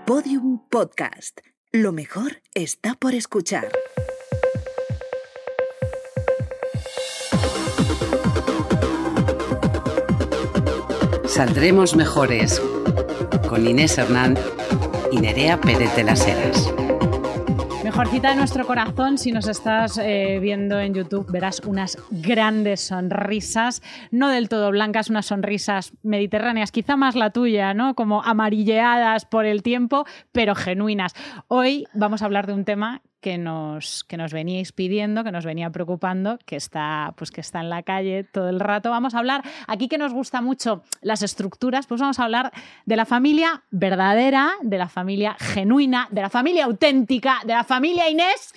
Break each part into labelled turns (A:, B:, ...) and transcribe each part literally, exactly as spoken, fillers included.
A: Podium Podcast. Lo mejor está por escuchar.
B: Saldremos mejores con Inés Hernán y Nerea Pérez de las Heras.
C: Mejorcita de nuestro corazón, si nos estás eh, viendo en YouTube, verás unas grandes sonrisas, no del todo blancas, unas sonrisas mediterráneas, quizá más la tuya, ¿no? Como amarilleadas por el tiempo, pero genuinas. Hoy vamos a hablar de un tema que nos, que nos veníais pidiendo, que nos venía preocupando, que está, pues que está en la calle todo el rato. Vamos a hablar, aquí que nos gusta mucho las estructuras, pues vamos a hablar de la familia verdadera, de la familia genuina, de la familia auténtica, de la familia Inés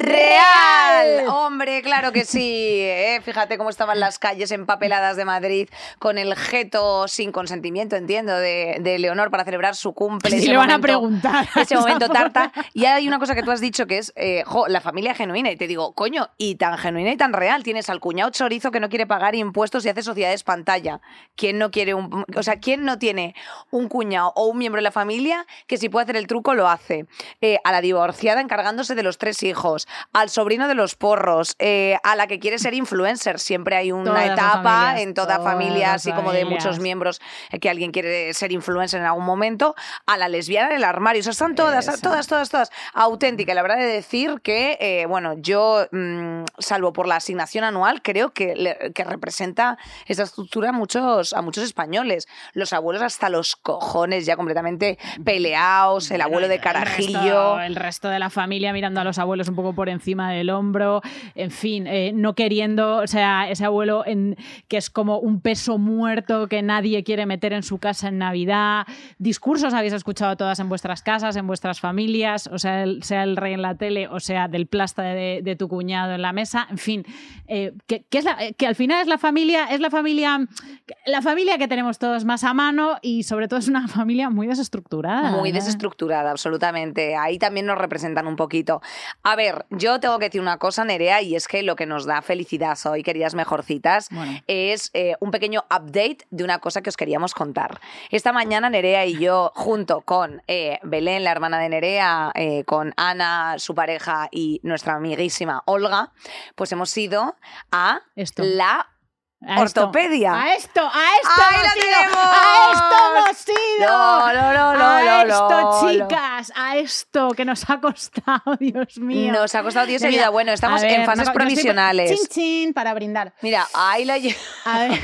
D: real. Hombre, claro que sí, ¿eh? Fíjate cómo estaban las calles empapeladas de Madrid con el geto sin consentimiento, entiendo, de, de Leonor para celebrar su cumple.
C: Y le van momento, a preguntar.
D: Ese momento tarta. Y hay una cosa que tú has dicho que es Eh, jo, la familia genuina, y te digo, coño, y tan genuina y tan real. Tienes al cuñado chorizo que no quiere pagar impuestos y hace sociedades pantalla. ¿Quién no quiere un, o sea, quién no tiene un cuñado o un miembro de la familia que si puede hacer el truco lo hace? Eh, a la divorciada encargándose de los tres hijos, al sobrino de los porros, eh, a la que quiere ser influencer. Siempre hay una
C: todas
D: etapa
C: familias,
D: en toda familia, así como de
C: familias.
D: muchos miembros, eh, que alguien quiere ser influencer en algún momento, a la lesbiana en el armario. O sea, están todas,
C: Esa.
D: todas, todas, todas auténticas. La verdad de decir que, eh, bueno, yo, mmm, salvo por la asignación anual, creo que, le, que representa esa estructura a muchos, a muchos españoles. Los abuelos hasta los cojones, ya completamente peleados, el abuelo de carajillo.
C: El resto, el resto de la familia mirando a los abuelos un poco por encima del hombro, en fin, eh, no queriendo, o sea, ese abuelo en, que es como un peso muerto que nadie quiere meter en su casa en Navidad. Discursos habéis escuchado todas en vuestras casas, en vuestras familias, o sea, el, sea el rey en la tele, o sea, del plasta de, de tu cuñado en la mesa, en fin, eh, que, que, es la, que al final es la familia, es la familia, la familia que tenemos todos más a mano y sobre todo es una familia muy desestructurada.
D: Muy
C: ¿eh?
D: desestructurada, absolutamente. Ahí también nos representan un poquito. A ver, yo tengo que decir una cosa, Nerea, y es que lo que nos da felicidad hoy, queridas mejorcitas,
C: bueno.
D: es eh, un pequeño update de una cosa que os queríamos contar. Esta mañana Nerea y yo, junto con eh, Belén, la hermana de Nerea, eh, con Ana, su pareja, y nuestra amiguísima Olga, pues hemos ido a
C: Esto.
D: la
C: A
D: ortopedia.
C: Esto, a esto, a esto
D: ¡Ahí
C: hemos
D: la
C: ido,
D: tenemos!
C: a esto hemos ido.
D: No, no, no, no,
C: a
D: no,
C: esto,
D: no,
C: chicas, a esto que nos ha costado, Dios mío.
D: Nos ha costado Dios y
C: Mira,
D: vida. Bueno, estamos
C: a ver,
D: en fases
C: no, yo estoy-
D: provisionales.
C: Chin, chin, para brindar.
D: Mira, ahí la lle-
C: A ver.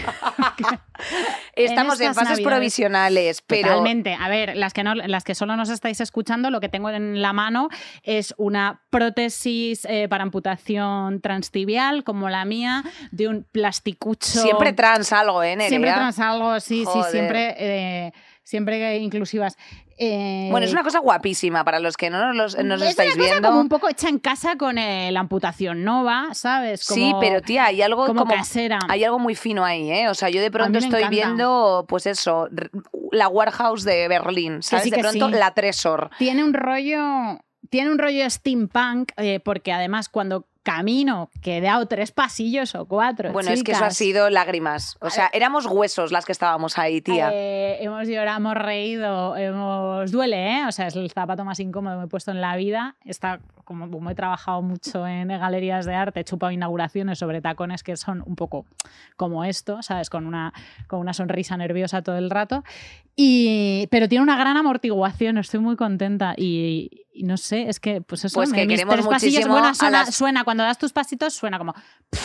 D: Estamos en,
C: estas
D: fases
C: Navidades.
D: provisionales, pero
C: Totalmente. A ver, las que, no, las que solo nos estáis escuchando, lo que tengo en la mano es una prótesis eh, para amputación transtibial, como la mía, de un plasticucho.
D: siempre trans algo, ¿eh, Nerea?
C: Siempre trans algo, sí,
D: Joder.
C: sí, siempre, eh, siempre inclusivas. Eh,
D: Bueno, es una cosa guapísima para los que no nos, los- nos
C: es
D: estáis
C: una cosa
D: viendo.
C: como un poco hecha en casa con eh, la amputación nova, ¿sabes? Como,
D: Sí, pero tía, hay algo
C: como,
D: como,
C: casera.
D: hay algo muy fino ahí, ¿eh? O sea, yo de pronto
C: me
D: estoy
C: encanta.
D: viendo, pues eso, r- la Warehouse de Berlín, ¿sabes?
C: sí,
D: de
C: que
D: pronto
C: sí.
D: la Tresor.
C: Tiene un rollo, tiene un rollo steampunk, eh, porque además cuando camino, que he dado tres pasillos o cuatro.
D: Bueno, es que eso ha
C: chicas.
D: sido lágrimas. O sea, éramos huesos las que estábamos ahí, tía.
C: Eh, hemos llorado, hemos reído, hemos... Duele, ¿eh? O sea, es el zapato más incómodo que me he puesto en la vida. Está, como, como he trabajado mucho en galerías de arte, he chupado inauguraciones sobre tacones que son un poco como esto, ¿sabes? Con una, con una sonrisa nerviosa todo el rato. Y, pero tiene una gran amortiguación, estoy muy contenta y, y no sé, es que pues eso,
D: Pues que
C: mis
D: queremos
C: tres pasillos,
D: muchísimo
C: bueno,
D: a
C: suena,
D: las-
C: suena, cuando das tus pasitos suena como...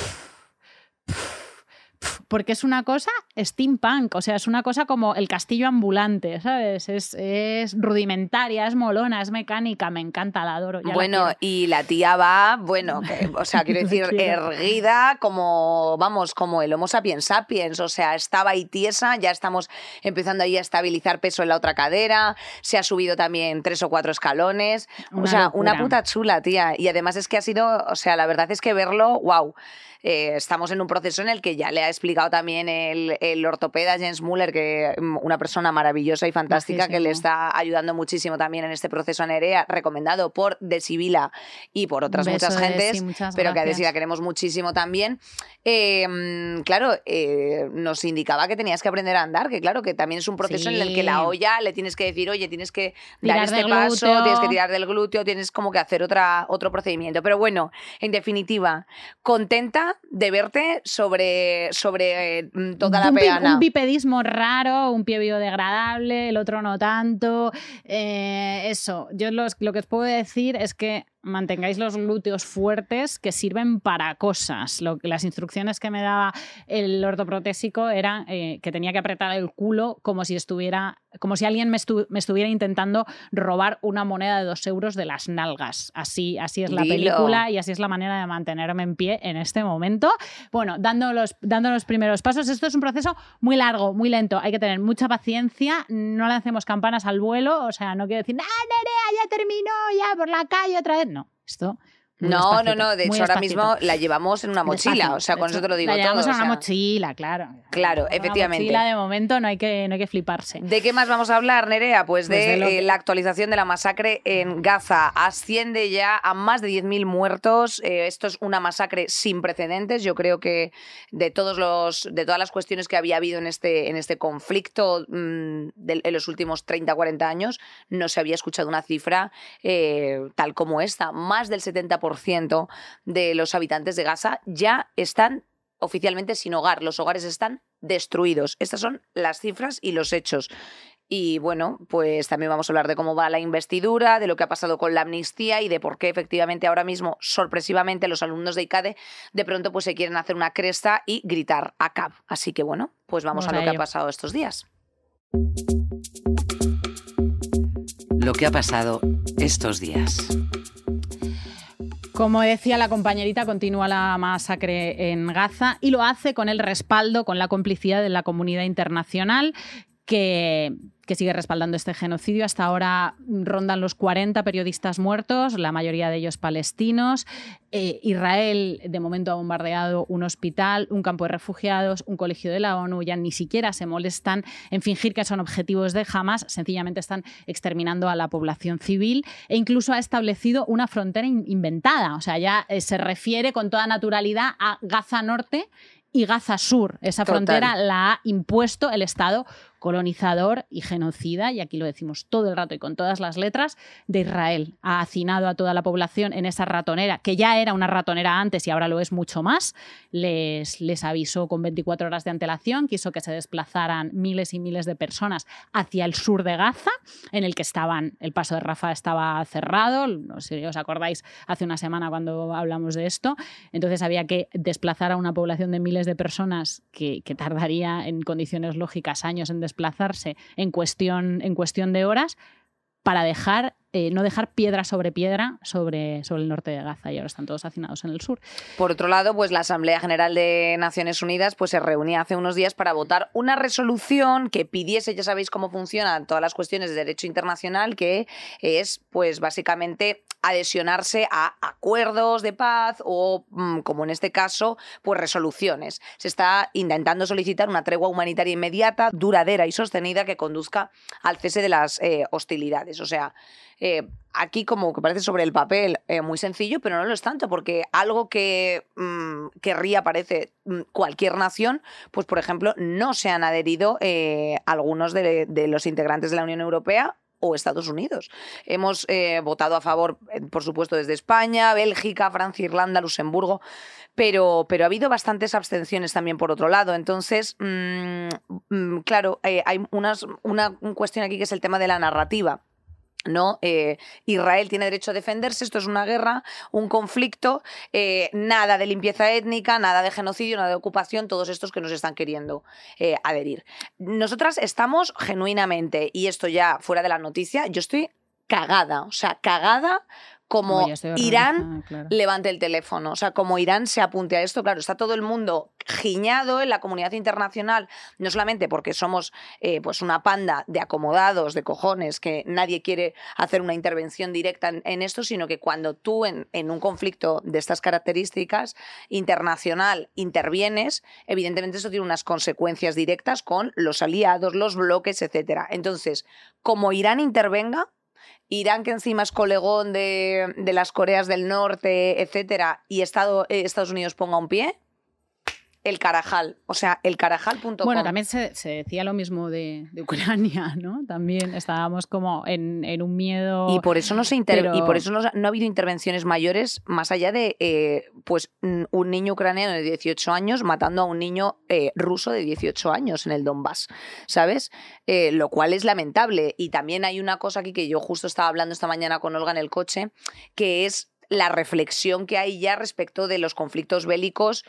C: Porque es una cosa steampunk, o sea, es una cosa como el castillo ambulante, ¿sabes? Es, es rudimentaria, es molona, es mecánica, me encanta, la adoro. Ya la
D: Bueno,
C: quiero.
D: y la tía va, bueno, que, o sea, quiero
C: La
D: decir,
C: quiero.
D: erguida como, vamos, como el Homo sapiens sapiens, o sea, estaba ahí tiesa, ya estamos empezando ahí a estabilizar peso en la otra cadera, se ha subido también tres o cuatro escalones, o
C: Una
D: sea,
C: locura.
D: una puta chula, tía, y además es que ha sido, o sea, la verdad es que verlo, wow. Eh, estamos en un proceso en el que ya le ha explicado implicado también el, el ortopeda Jens Müller, que una persona maravillosa y fantástica,
C: Muchísimo.
D: que le está ayudando muchísimo también en este proceso a Nerea, recomendado por Desibila y por otras
C: Un beso,
D: muchas gentes,
C: Desi, muchas
D: pero que a
C: gracias.
D: Desi la queremos muchísimo también. Eh, claro, eh, nos indicaba que tenías que aprender a andar, que claro, que también es un proceso
C: Sí.
D: en el que la olla le tienes que decir, oye, tienes que
C: Tirar
D: dar este
C: de
D: paso,
C: glúteo.
D: tienes que tirar del glúteo, tienes como que hacer otra, otro procedimiento. Pero bueno, en definitiva, contenta de verte sobre, sobre eh, toda la
C: un, pi-
D: peana.
C: un bipedismo raro, un pie biodegradable, el otro no tanto. Eh, eso, yo los- lo que os puedo decir es que mantengáis los glúteos fuertes, que sirven para cosas. Lo, las instrucciones que me daba el ortoprotésico eran eh, que tenía que apretar el culo como si estuviera, como si alguien me, estu- me estuviera intentando robar una moneda de dos euros de las nalgas. Así, así es la
D: Dilo.
C: película y así es la manera de mantenerme en pie en este momento. Bueno, dando los, dando los primeros pasos. Esto es un proceso muy largo, muy lento. Hay que tener mucha paciencia. No lancemos campanas al vuelo. O sea, no quiero decir, ¡ah, Nerea, ya terminó! Ya por la calle otra vez. No, esto... muy
D: No, no,
C: despacito,
D: no, de
C: muy
D: hecho ahora
C: despacito.
D: mismo la llevamos en una mochila,
C: Despacio.
D: o sea,
C: De
D: con
C: hecho,
D: eso te lo digo
C: la
D: todo.
C: llevamos
D: o
C: en una
D: sea.
C: mochila, claro.
D: Claro,
C: Una
D: efectivamente.
C: mochila de momento no hay que, no hay que fliparse.
D: ¿De qué más vamos a hablar, Nerea? Pues,
C: Pues
D: de,
C: de lo
D: eh,
C: que-
D: la actualización de la masacre en Gaza. Asciende ya a más de diez mil muertos. Eh, esto es una masacre sin precedentes. Yo creo que de, todos los, de todas las cuestiones que había habido en este, en este conflicto mmm, de, en los últimos treinta, cuarenta años, no se había escuchado una cifra eh, tal como esta. Más del setenta por ciento de los habitantes de Gaza ya están oficialmente sin hogar. Los hogares están destruidos. Estas son las cifras y los hechos. Y bueno, pues también vamos a hablar de cómo va la investidura, de lo que ha pasado con la amnistía y de por qué efectivamente ahora mismo, sorpresivamente, los alumnos de ICADE de pronto pues se quieren hacer una cresta y gritar A C A B. Así que bueno, pues vamos,
C: Vamos
D: a lo
C: a
D: que
C: ello.
D: ha pasado estos días.
B: Lo que ha pasado estos días.
C: Como decía la compañerita, continúa la masacre en Gaza y lo hace con el respaldo, con la complicidad de la comunidad internacional que, que sigue respaldando este genocidio. Hasta ahora rondan los cuarenta periodistas muertos, la mayoría de ellos palestinos. Eh, Israel, de momento, ha bombardeado un hospital, un campo de refugiados, un colegio de la ONU. Ya ni siquiera se molestan en fingir que son objetivos de Hamas, sencillamente están exterminando a la población civil e incluso ha establecido una frontera in- inventada. O sea, ya eh, se refiere con toda naturalidad a Gaza Norte y Gaza Sur. Esa
D: Total.
C: frontera la ha impuesto el Estado colonizador y genocida, y aquí lo decimos todo el rato y con todas las letras, de Israel. Ha hacinado a toda la población en esa ratonera, que ya era una ratonera antes y ahora lo es mucho más. Les, les avisó con veinticuatro horas de antelación, quiso que se desplazaran miles y miles de personas hacia el sur de Gaza, en el que estaban, el paso de Rafah estaba cerrado, no sé si os acordáis hace una semana cuando hablamos de esto, entonces había que desplazar a una población de miles de personas que, que tardaría en condiciones lógicas años en desplazarse en cuestión, en cuestión de horas para dejar, eh, no dejar piedra sobre piedra sobre, sobre el norte de Gaza, y ahora están todos hacinados en el sur.
D: Por otro lado, pues la Asamblea General de Naciones Unidas pues se reunía hace unos días para votar una resolución que pidiese, ya sabéis cómo funcionan todas las cuestiones de derecho internacional, que es pues básicamente adhesionarse a acuerdos de paz o, como en este caso, pues resoluciones. Se está intentando solicitar una tregua humanitaria inmediata, duradera y sostenida que conduzca al cese de las eh, hostilidades. O sea, eh, aquí como que parece sobre el papel eh, muy sencillo, pero no lo es tanto, porque algo que mmm, querría, parece, mmm, cualquier nación, pues por ejemplo, no se han adherido eh, algunos de, de los integrantes de la Unión Europea o Estados Unidos. Hemos eh, votado a favor, eh, por supuesto, desde España, Bélgica, Francia, Irlanda, Luxemburgo, pero, pero ha habido bastantes abstenciones también por otro lado. Entonces, mmm, mmm, claro, eh, hay unas, una cuestión aquí que es el tema de la narrativa. ¿No? Eh, Israel tiene derecho a defenderse, esto es una guerra, un conflicto, eh, nada de limpieza étnica, nada de genocidio, nada de ocupación, todos estos que nos están queriendo eh, adherir. Nosotras estamos genuinamente, y esto ya fuera de la noticia, yo estoy cagada, o sea, cagada como
C: Oye, estoy
D: Irán
C: horrorizada, claro.
D: levante el teléfono. O sea, como Irán se apunte a esto, claro, está todo el mundo giñado en la comunidad internacional, no solamente porque somos eh, pues una panda de acomodados, de cojones, que nadie quiere hacer una intervención directa en, en esto, sino que cuando tú en, en un conflicto de estas características internacional intervienes, evidentemente eso tiene unas consecuencias directas con los aliados, los bloques, etcétera. Entonces, como Irán intervenga, Irán, que encima es colegón de, de las Coreas del Norte, etcétera, y Estado, eh, Estados Unidos ponga un pie, el Carajal, o sea, el carajal punto com.
C: Bueno, también se, se decía lo mismo de, de Ucrania, ¿no? También estábamos como en, en un miedo...
D: Y por eso no se inter...
C: pero...
D: y por eso no, no ha habido intervenciones mayores más allá de eh, pues un niño ucraniano de dieciocho años matando a un niño eh, ruso de dieciocho años en el Donbass, ¿sabes? Eh, lo cual es lamentable. Y también hay una cosa aquí que yo justo estaba hablando esta mañana con Olga en el coche, que es la reflexión que hay ya respecto de los conflictos bélicos,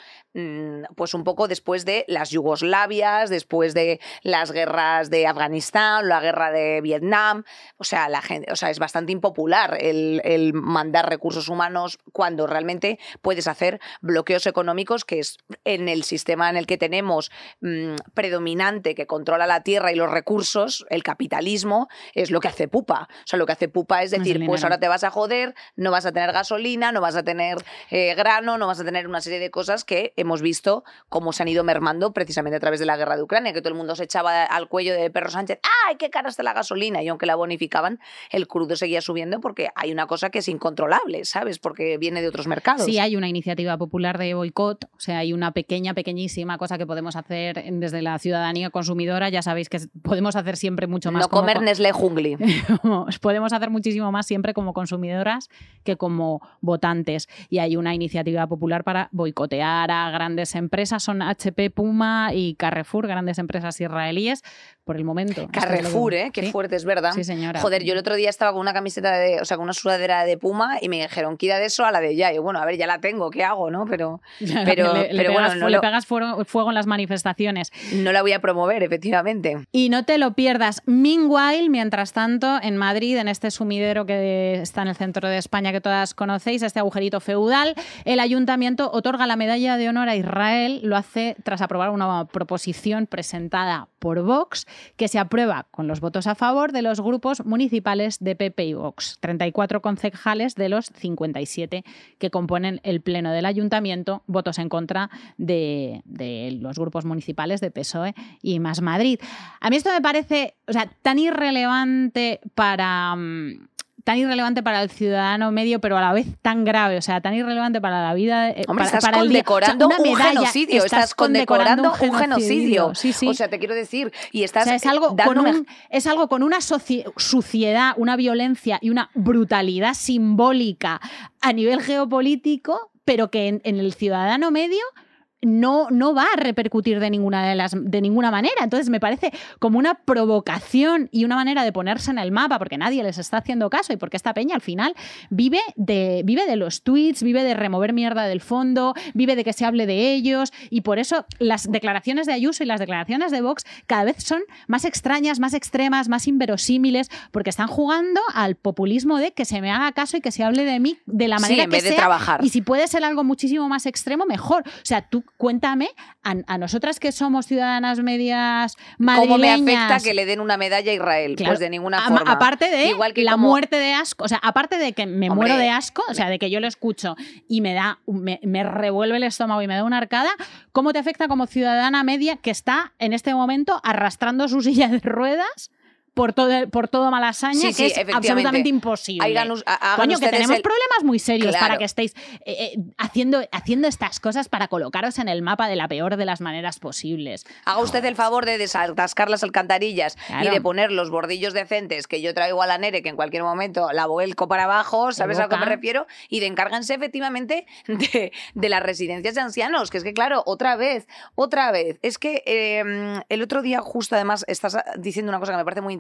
D: pues un poco después de las Yugoslavias, después de las guerras de Afganistán, la guerra de Vietnam. O sea, la gente, o sea, es bastante impopular el, el mandar recursos humanos cuando realmente puedes hacer bloqueos económicos, que es en el sistema en el que tenemos mmm, predominante, que controla la tierra y los recursos, el capitalismo, es lo que hace pupa. O sea, lo que hace pupa es decir, pues ahora te vas a joder, no vas a tener gas gasolina, no vas a tener eh, grano, no vas a tener una serie de cosas que hemos visto cómo se han ido mermando precisamente a través de la guerra de Ucrania, que todo el mundo se echaba al cuello de Pedro Sánchez, ¡ay, qué cara está la gasolina! Y aunque la bonificaban, el crudo seguía subiendo porque hay una cosa que es incontrolable, ¿sabes? Porque viene de otros mercados.
C: Sí, hay una iniciativa popular de boicot, o sea, hay una pequeña, pequeñísima cosa que podemos hacer desde la ciudadanía consumidora. Ya sabéis que podemos hacer siempre mucho más.
D: No comer
C: como...
D: Nestlé Jungli.
C: Podemos hacer muchísimo más siempre como consumidoras que como votantes, y hay una iniciativa popular para boicotear a grandes empresas, son H P, Puma y Carrefour, grandes empresas israelíes, por el momento.
D: Carrefour, ¿eh? Qué
C: ¿Sí?
D: fuerte, es verdad.
C: Sí, señora.
D: Joder, yo el otro día estaba con una camiseta de, o sea, con una sudadera de Puma y me dijeron, quita de eso a la de ya. Y yo, bueno, a ver, ya la tengo, ¿qué hago, no? Pero, pero,
C: le,
D: pero
C: le
D: bueno,
C: pegas,
D: no
C: le
D: lo,
C: pegas fuego, fuego en las manifestaciones.
D: No la voy a promover, efectivamente.
C: Y no te lo pierdas. Meanwhile, mientras tanto, en Madrid, en este sumidero que está en el centro de España que todas conocéis, este agujerito feudal, el ayuntamiento otorga la medalla de honor a Israel. Lo hace tras aprobar una proposición presentada por Vox, que se aprueba con los votos a favor de los grupos municipales de P P y Vox. treinta y cuatro concejales de los cincuenta y siete que componen el pleno del ayuntamiento, votos en contra de, de los grupos municipales de P S O E y Más Madrid. A mí esto me parece, o sea, tan irrelevante para... tan irrelevante para el ciudadano medio, pero a la vez tan grave, o sea, tan irrelevante para la vida. Eh,
D: Hombre,
C: para,
D: estás
C: para
D: condecorando
C: el día. O sea,
D: un
C: medalla,
D: genocidio,
C: estás,
D: estás condecorando un genocidio.
C: genocidio. Sí, sí.
D: O sea, te quiero decir, y estás
C: o sea, es algo,
D: dando
C: con un,
D: un...
C: es algo con una suciedad, una violencia y una brutalidad simbólica a nivel geopolítico, pero que en, en el ciudadano medio no, no va a repercutir de ninguna, de, las, de ninguna manera. Entonces me parece como una provocación y una manera de ponerse en el mapa, porque nadie les está haciendo caso y porque esta peña al final vive de, vive de los tweets, vive de remover mierda del fondo, vive de que se hable de ellos, y por eso las declaraciones de Ayuso y las declaraciones de Vox cada vez son más extrañas, más extremas, más inverosímiles, porque están jugando al populismo de que se me haga caso y que se hable de mí de la manera
D: sí, en
C: que
D: vez
C: sea,
D: de trabajar.
C: Y si puede ser algo muchísimo más extremo, mejor. O sea, tú cuéntame, a, a nosotras que somos ciudadanas medias madrileñas...
D: ¿Cómo me afecta que le den una medalla a Israel?
C: Claro,
D: Pues de ninguna
C: a,
D: forma.
C: Aparte de
D: Igual que
C: la
D: como...
C: muerte de asco, o sea, aparte de que me
D: Hombre,
C: muero de asco, o sea, de que yo lo escucho y me da, me, me revuelve el estómago y me da una arcada, ¿cómo te afecta como ciudadana media que está en este momento arrastrando su silla de ruedas por todo, por todo Malasaña,
D: sí,
C: que
D: sí,
C: es absolutamente imposible?
D: Hagan, hagan
C: Coño, que tenemos
D: el...
C: problemas muy serios
D: claro.
C: para que estéis eh, eh, haciendo, haciendo estas cosas para colocaros en el mapa de la peor de las maneras posibles.
D: Haga usted el favor de desatascar las alcantarillas
C: claro.
D: y de poner los bordillos decentes que yo traigo a la Nere, que en cualquier momento la vuelco para abajo, ¿sabes
C: Evoca.
D: a lo que me refiero? Y de encárganse efectivamente de, de las residencias de ancianos, que es que claro, otra vez, otra vez, es que eh, el otro día justo además estás diciendo una cosa que me parece muy interesante,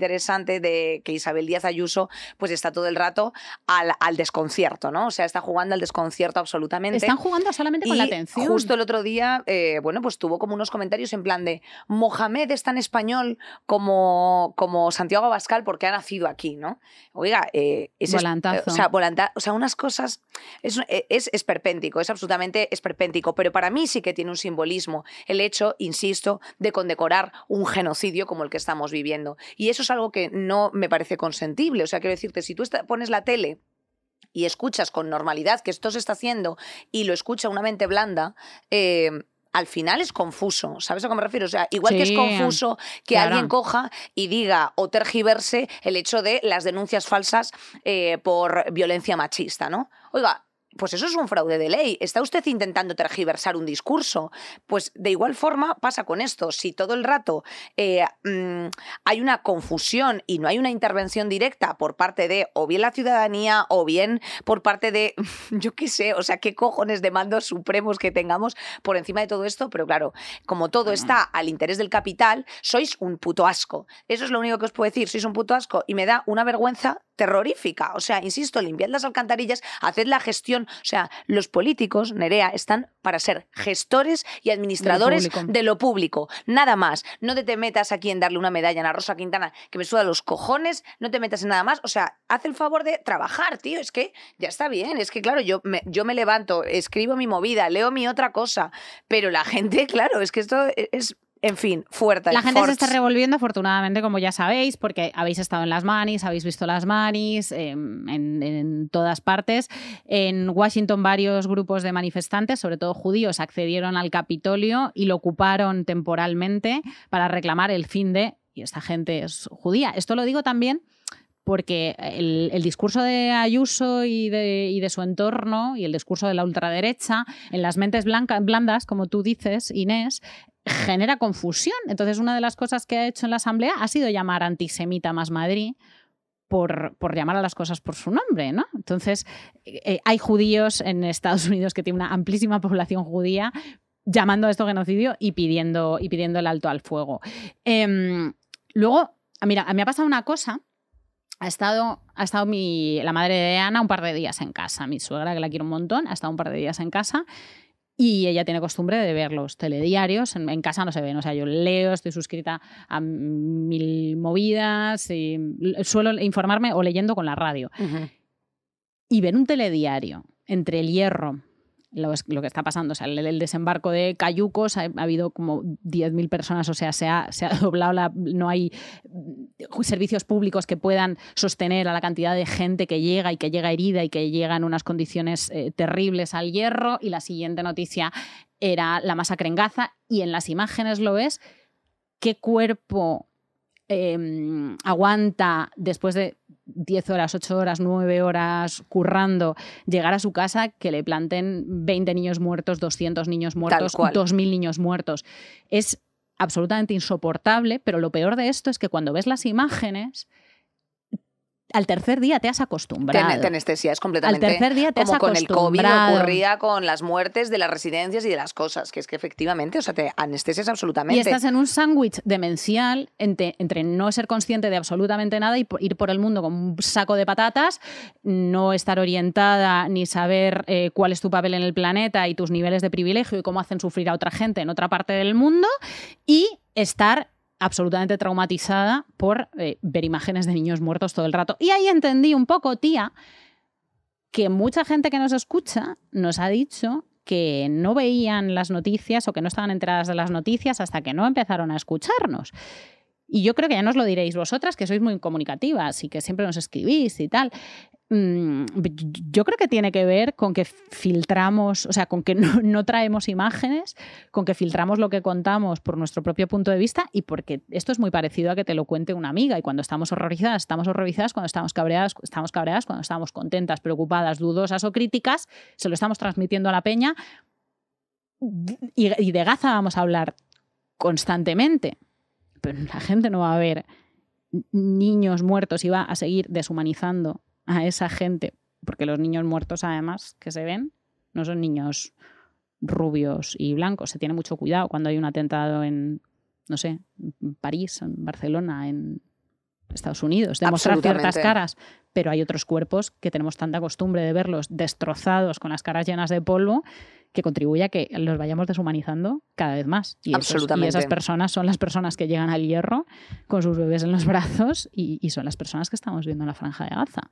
D: interesante de que Isabel Díaz Ayuso pues está todo el rato al, al desconcierto, ¿no? O sea, está jugando al desconcierto absolutamente.
C: Están jugando solamente con
D: y
C: la atención.
D: Justo el otro día, eh, bueno, pues tuvo como unos comentarios en plan de Mohamed es tan español como, como Santiago Abascal porque ha nacido aquí, ¿no? Oiga, eh, es
C: Volantazo.
D: O sea, volanta, o sea, unas cosas... Es, es esperpéntico, es absolutamente esperpéntico, pero para mí sí que tiene un simbolismo el hecho, insisto, de condecorar un genocidio como el que estamos viviendo. Y eso es algo que no me parece consentible. O sea, quiero decirte, si tú pones la tele y escuchas con normalidad que esto se está haciendo y lo escucha una mente blanda, eh, al final es confuso, ¿sabes a qué me refiero? O sea, igual
C: Sí,
D: que es confuso que
C: claro.
D: alguien coja y diga o tergiverse el hecho de las denuncias falsas eh, por violencia machista, ¿no? Oiga, pues eso es un fraude de ley. ¿Está usted intentando tergiversar un discurso? Pues de igual forma pasa con esto. Si todo el rato eh, mmm, hay una confusión y no hay una intervención directa por parte de o bien la ciudadanía o bien por parte de, yo qué sé, o sea, qué cojones de mandos supremos que tengamos por encima de todo esto, pero claro, como todo está al interés del capital, sois un puto asco. Eso es lo único que os puedo decir, sois un puto asco y me da una vergüenza terrorífica. O sea, insisto, limpiad las alcantarillas, haced la gestión. O sea, los políticos, Nerea, están para ser gestores y administradores
C: de lo público.
D: De lo público. Nada más. No te, te metas aquí en darle una medalla a Ana Rosa Quintana, que me suda los cojones, no te metas en nada más. O sea, haz el favor de trabajar, tío. Es que ya está bien. Es que, claro, yo me, yo me levanto, escribo mi movida, leo mi otra cosa, pero la gente, claro, es que esto es... En fin, fuerte.
C: La gente
D: forts.
C: se está revolviendo, afortunadamente, como ya sabéis, porque habéis estado en las manis, habéis visto las manis eh, en, en todas partes. En Washington varios grupos de manifestantes, sobre todo judíos, accedieron al Capitolio y lo ocuparon temporalmente para reclamar el fin de... Y esta gente es judía. Esto lo digo también porque el, el discurso de Ayuso y de, y de su entorno y el discurso de la ultraderecha en las mentes blancas, blandas, como tú dices, Inés, genera confusión. Entonces, una de las cosas que ha hecho en la Asamblea ha sido llamar antisemita más Madrid por, por llamar a las cosas por su nombre, ¿no? Entonces, eh, hay judíos en Estados Unidos que tienen una amplísima población judía llamando a esto genocidio y pidiendo, y pidiendo el alto al fuego. Eh, luego, mira, a mí me ha pasado una cosa. Ha estado, ha estado mi, la madre de Ana un par de días en casa. Mi suegra, que la quiero un montón, ha estado un par de días en casa. Y ella tiene costumbre de ver los telediarios. En, en casa no se ven. O sea, yo leo, estoy suscrita a mil movidas. Y suelo informarme o leyendo con la radio. Uh-huh. Y ver un telediario entre El Hierro, lo, lo que está pasando, o sea, el, el desembarco de cayucos, ha, ha habido como diez mil personas, o sea, se ha, se ha doblado, la, no hay servicios públicos que puedan sostener a la cantidad de gente que llega y que llega herida y que llega en unas condiciones eh, terribles al Hierro. Y la siguiente noticia era la masacre en Gaza, y en las imágenes lo ves, qué cuerpo eh, aguanta después de diez horas, ocho horas, nueve horas currando, llegar a su casa, que le planten veinte niños muertos, doscientos niños muertos, dos mil niños muertos. Es absolutamente insoportable, pero lo peor de esto es que cuando ves las imágenes, al tercer día te has acostumbrado.
D: Te, te anestesias completamente.
C: Al tercer día te
D: como
C: has
D: con
C: acostumbrado.
D: el COVID ocurría con las muertes de las residencias y de las cosas, que es que efectivamente, o sea, te anestesias absolutamente.
C: Y estás en un sándwich demencial entre, entre no ser consciente de absolutamente nada y ir por el mundo con un saco de patatas, no estar orientada ni saber eh, cuál es tu papel en el planeta y tus niveles de privilegio y cómo hacen sufrir a otra gente en otra parte del mundo, y estar absolutamente traumatizada por eh, ver imágenes de niños muertos todo el rato. Y ahí entendí un poco, tía, que mucha gente que nos escucha nos ha dicho que no veían las noticias o que no estaban enteradas de las noticias hasta que no empezaron a escucharnos. Y yo creo que ya nos lo diréis vosotras, que sois muy comunicativas y que siempre nos escribís y tal. Yo creo que tiene que ver con que filtramos, o sea, con que no, no traemos imágenes, con que filtramos lo que contamos por nuestro propio punto de vista, y porque esto es muy parecido a que te lo cuente una amiga, y cuando estamos horrorizadas, estamos horrorizadas, cuando estamos cabreadas, estamos cabreadas, cuando estamos contentas, preocupadas, dudosas o críticas, se lo estamos transmitiendo a la peña, y, y de Gaza vamos a hablar constantemente, pero la gente no va a ver niños muertos y va a seguir deshumanizando a esa gente, porque los niños muertos, además, que se ven, no son niños rubios y blancos. Se tiene mucho cuidado cuando hay un atentado en, no sé, en París, en Barcelona, en Estados Unidos, de mostrar ciertas caras, pero hay otros cuerpos que tenemos tanta costumbre de verlos destrozados con las caras llenas de polvo que contribuye a que los vayamos deshumanizando cada vez más. Y, esos, y esas personas son las personas que llegan al hierro con sus bebés en los brazos y, y son las personas que estamos viendo en la Franja de Gaza.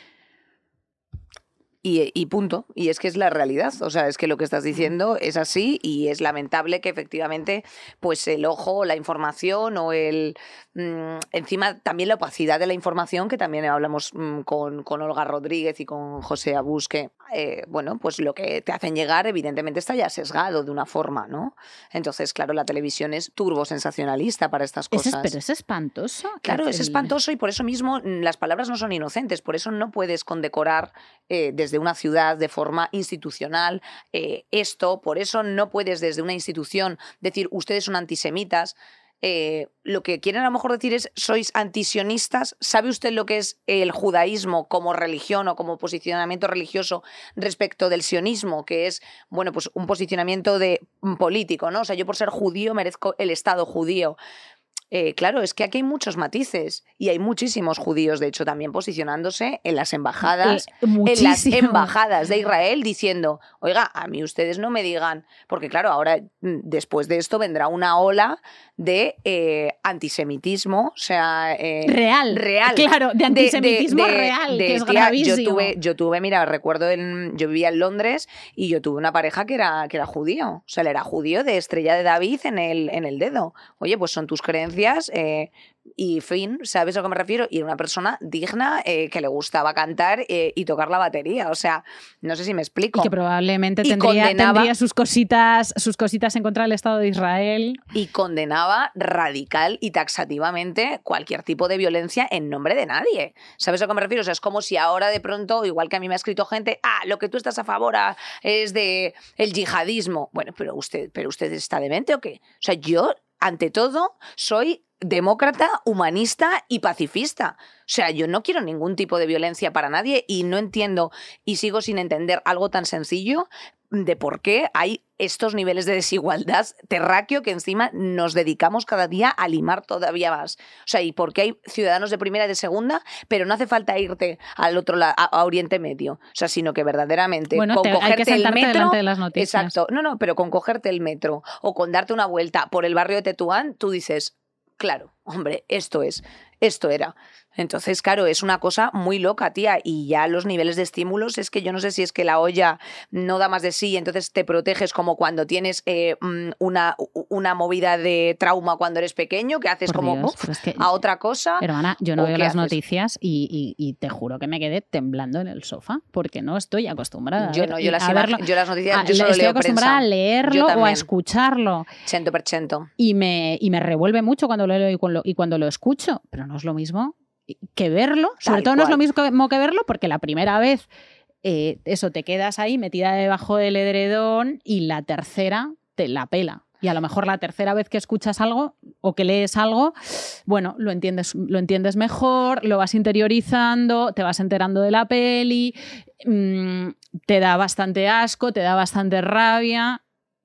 D: Y, y punto. Y es que es la realidad. O sea, es que lo que estás diciendo es así y es lamentable que efectivamente pues el ojo, la información o el... Mmm, encima también la opacidad de la información, que también hablamos mmm, con, con Olga Rodríguez y con José Abús, que eh, bueno, pues lo que te hacen llegar evidentemente está ya sesgado de una forma, ¿no? Entonces, claro, la televisión es turbosensacionalista para estas cosas.
C: Es, pero es espantoso.
D: Claro, es
C: el...
D: espantoso y por eso mismo las palabras no son inocentes. Por eso no puedes condecorar eh, desde una ciudad de forma institucional eh, esto. Por eso no puedes desde una institución decir ustedes son antisemitas. Eh, lo que quieren a lo mejor decir es sois antisionistas. ¿Sabe usted lo que es el judaísmo como religión o como posicionamiento religioso respecto del sionismo, que es bueno, pues un posicionamiento de, un político, ¿no? O sea, yo por ser judío merezco el Estado judío. Eh, claro, es que aquí hay muchos matices y hay muchísimos judíos, de hecho, también posicionándose en las embajadas,
C: eh,
D: en las embajadas de Israel diciendo, oiga, a mí ustedes no me digan, porque claro, ahora después de esto vendrá una ola de eh, antisemitismo, o sea, eh,
C: real,
D: real,
C: claro, de antisemitismo
D: de, de, de,
C: real,
D: de,
C: que es
D: tía,
C: gravísimo.
D: Yo tuve, yo tuve, mira, recuerdo, en, yo vivía en Londres y yo tuve una pareja que era, que era judío, o sea, él era judío de estrella de David en el, en el dedo. Oye, pues son tus creencias. Eh, y fin, ¿sabes a lo que me refiero? Y era una persona digna eh, que le gustaba cantar eh, y tocar la batería, o sea, no sé si me explico.
C: Y que probablemente tendría, condenaba, tendría sus cositas, sus cositas en contra del Estado de Israel.
D: Y condenaba radical y taxativamente cualquier tipo de violencia en nombre de nadie. ¿Sabes a lo que me refiero? O sea, es como si ahora de pronto, igual que a mí me ha escrito gente, ah, lo que tú estás a favor a, es de el yihadismo. Bueno, pero usted, pero usted está demente o qué? O sea, yo ante todo, soy demócrata, humanista y pacifista. O sea, yo no quiero ningún tipo de violencia para nadie y no entiendo y sigo sin entender algo tan sencillo de por qué hay estos niveles de desigualdad terráqueo que encima nos dedicamos cada día a limar todavía más. O sea, y por qué hay ciudadanos de primera y de segunda, pero no hace falta irte al otro lado, a, a Oriente Medio. O sea, sino que verdaderamente
C: bueno,
D: con
C: te,
D: cogerte
C: hay que
D: el metro,
C: delante de las noticias.
D: Exacto. No, no, pero con cogerte el metro o con darte una vuelta por el barrio de Tetuán, tú dices, claro, hombre, esto es, esto era. Entonces, claro, es una cosa muy loca, tía, y ya los niveles de estímulos es que yo no sé si es que la olla no da más de sí y entonces te proteges como cuando tienes eh, una, una movida de trauma cuando eres pequeño, que haces
C: Por
D: como
C: Dios,
D: uf,
C: es que,
D: a otra cosa.
C: Hermana, yo no veo las
D: haces?
C: noticias y, y, y te juro que me quedé temblando en el sofá porque no estoy acostumbrada
D: yo
C: a, ver,
D: no, yo las,
C: a verlo.
D: Yo las noticias,
C: a,
D: yo solo
C: estoy
D: leo
C: acostumbrada
D: prensa.
C: a leerlo o a escucharlo.
D: Cento por ciento.
C: Y me, y me revuelve mucho cuando lo leo y cuando, y cuando lo escucho, pero no es lo mismo que verlo, sobre
D: Tal
C: todo
D: cual.
C: No es lo mismo que verlo porque la primera vez eh, eso te quedas ahí metida debajo del edredón y la tercera te la pela. Y a lo mejor la tercera vez que escuchas algo o que lees algo, bueno, lo entiendes, lo entiendes mejor, lo vas interiorizando, te vas enterando de la peli, mmm, te da bastante asco, te da bastante rabia,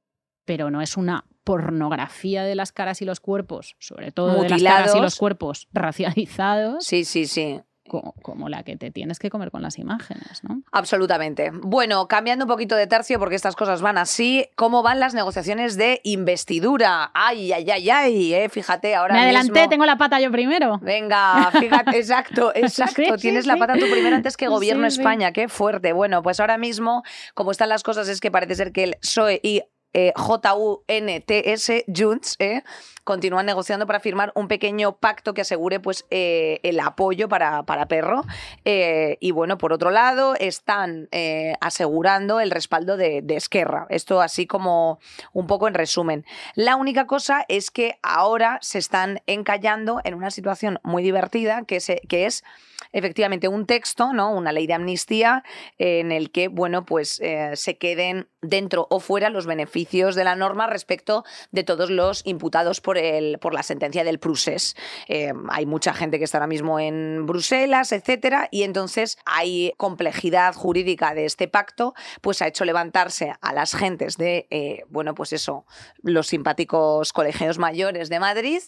C: pero no es una pornografía de las caras y los cuerpos, sobre todo
D: mutilados.
C: De las caras y los cuerpos racializados.
D: Sí, sí, sí.
C: Como, como la que te tienes que comer con las imágenes, ¿no?
D: Absolutamente. Bueno, cambiando un poquito de tercio, porque estas cosas van así, ¿cómo van las negociaciones de investidura? Ay, ay, ay, ay, eh, fíjate ahora
C: Me adelanté,
D: mismo...
C: tengo la pata yo primero.
D: Venga, fíjate, exacto, exacto.
C: Sí,
D: Tienes
C: sí,
D: la
C: sí.
D: pata tú primero antes que Gobierno
C: Sí, sí.
D: España, qué fuerte. Bueno, pues ahora mismo, como están las cosas, es que parece ser que el P S O E y Eh, J U N T S, Junts, eh, continúan negociando para firmar un pequeño pacto que asegure pues, eh, el apoyo para, para Perro. Eh, y bueno, por otro lado, están eh, asegurando el respaldo de, de Esquerra. Esto así como un poco en resumen. La única cosa es que ahora se están encallando en una situación muy divertida que, se, que es efectivamente un texto, ¿no? Una ley de amnistía eh, en el que bueno, pues, eh, se queden dentro o fuera los beneficios de la norma respecto de todos los imputados por, el, por la sentencia del Procés. Eh, hay mucha gente que está ahora mismo en Bruselas, etcétera, y entonces hay complejidad jurídica de este pacto, pues ha hecho levantarse a las gentes de, eh, bueno, pues eso, los simpáticos colegios mayores de Madrid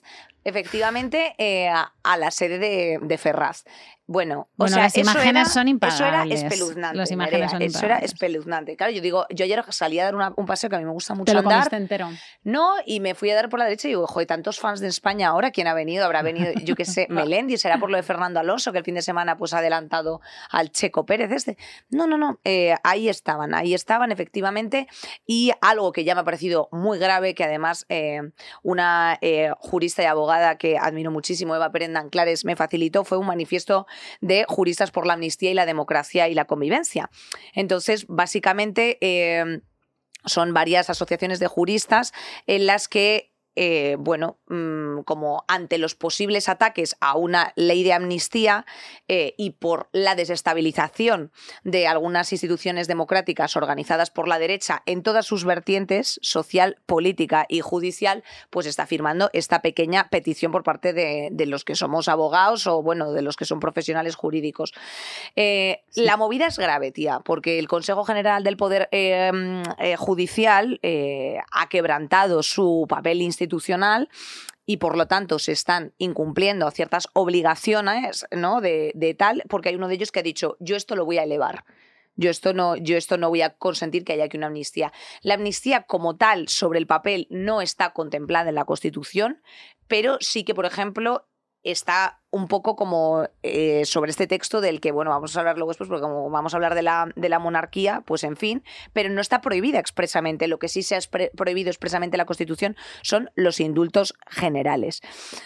D: efectivamente, eh, a, a la sede de, de Ferraz. Bueno, o
C: bueno
D: sea,
C: las
D: eso
C: imágenes
D: era,
C: son impagables.
D: Eso era espeluznante.
C: Las imágenes
D: Nerea,
C: son
D: eso
C: impagables.
D: era espeluznante. Claro, yo digo, yo ayer salí a dar una, un paseo que a mí me gusta mucho
C: Te lo
D: andar.
C: comiste entero.
D: No, y me fui a dar por la derecha y digo, joder, tantos fans de España ahora, ¿quién ha venido? Habrá venido, yo qué sé, Melendi, será por lo de Fernando Alonso, que el fin de semana pues ha adelantado al Checo Pérez este. No, no, no, eh, ahí estaban, ahí estaban efectivamente, y algo que ya me ha parecido muy grave, que además eh, una eh, jurista y abogada que admiro muchísimo, Eva Pérez Danclares, me facilitó, fue un manifiesto de juristas por la amnistía y la democracia y la convivencia. Entonces, básicamente, eh, son varias asociaciones de juristas en las que Eh, bueno, mmm, como ante los posibles ataques a una ley de amnistía eh, y por la desestabilización de algunas instituciones democráticas organizadas por la derecha en todas sus vertientes, social, política y judicial, pues está firmando esta pequeña petición por parte de, de los que somos abogados o, bueno, de los que son profesionales jurídicos. Eh, sí. La movida es grave, tía, porque el Consejo General del Poder eh, eh, Judicial eh, ha quebrantado su papel institucional institucional y por lo tanto se están incumpliendo ciertas obligaciones, ¿no? de, de tal, porque hay uno de ellos que ha dicho, yo esto lo voy a elevar. Yo esto, no, yo esto no voy a consentir que haya aquí una amnistía. La amnistía como tal, sobre el papel, no está contemplada en la Constitución, pero sí que, por ejemplo, está un poco como eh, sobre este texto del que, bueno, vamos a hablar luego después, porque como vamos a hablar de la, de la monarquía, pues en fin, pero no está prohibida expresamente. Lo que sí se ha prohibido expresamente en la Constitución son los indultos generales.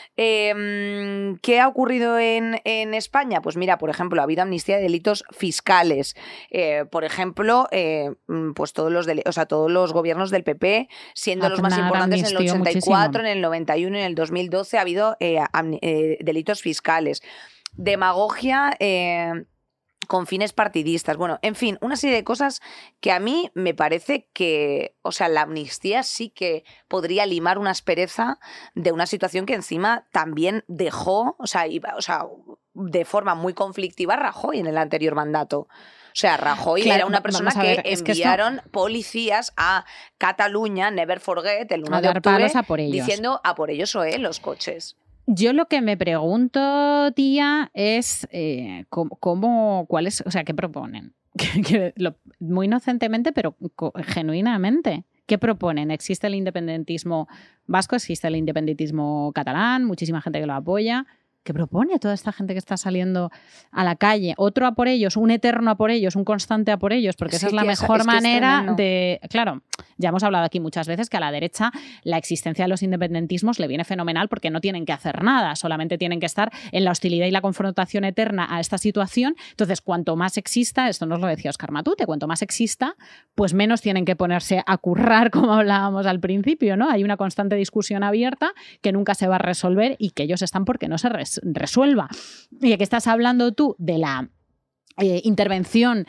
D: Eh, ¿Qué ha ocurrido en, en España? Pues mira, por ejemplo, ha habido amnistía de delitos fiscales. Eh, por ejemplo, eh, pues todos los, o sea, todos los gobiernos del P P, siendo Aznar, los más importantes en el ochenta y cuatro, muchísimo. En el noventa y uno y en el dos mil doce ha habido eh, eh, delitos fiscales. Fiscales, demagogia eh, con fines partidistas, bueno, en fin, una serie de cosas que a mí me parece que, o sea, la amnistía sí que podría limar una aspereza de una situación que encima también dejó, o sea, iba, o sea de forma muy conflictiva a Rajoy en el anterior mandato. O sea, Rajoy claro, era una persona que ver, enviaron es que esto... policías a Cataluña, never forget, el uno de octubre, a por ellos. Diciendo a por ellos o eh, los coches.
C: Yo lo que me pregunto, tía, es eh, cómo, cómo, cuál es, o sea, qué proponen. que, lo, muy inocentemente, pero genuinamente. ¿Qué proponen? ¿Existe el independentismo vasco? ¿Existe el independentismo catalán? Muchísima gente que lo apoya. ¿Qué propone toda esta gente que está saliendo a la calle? Otro a por ellos, un eterno a por ellos, un constante a por ellos, porque esa sí, es la tía, mejor es manera es de... Claro, ya hemos hablado aquí muchas veces que a la derecha la existencia de los independentismos le viene fenomenal porque no tienen que hacer nada, solamente tienen que estar en la hostilidad y la confrontación eterna a esta situación. Entonces, cuanto más exista, esto nos lo decía Óscar Matute, cuanto más exista, pues menos tienen que ponerse a currar, como hablábamos al principio, ¿no? Hay una constante discusión abierta que nunca se va a resolver y que ellos están porque no se resuelve. resuelva. Y aquí estás hablando tú de la eh, intervención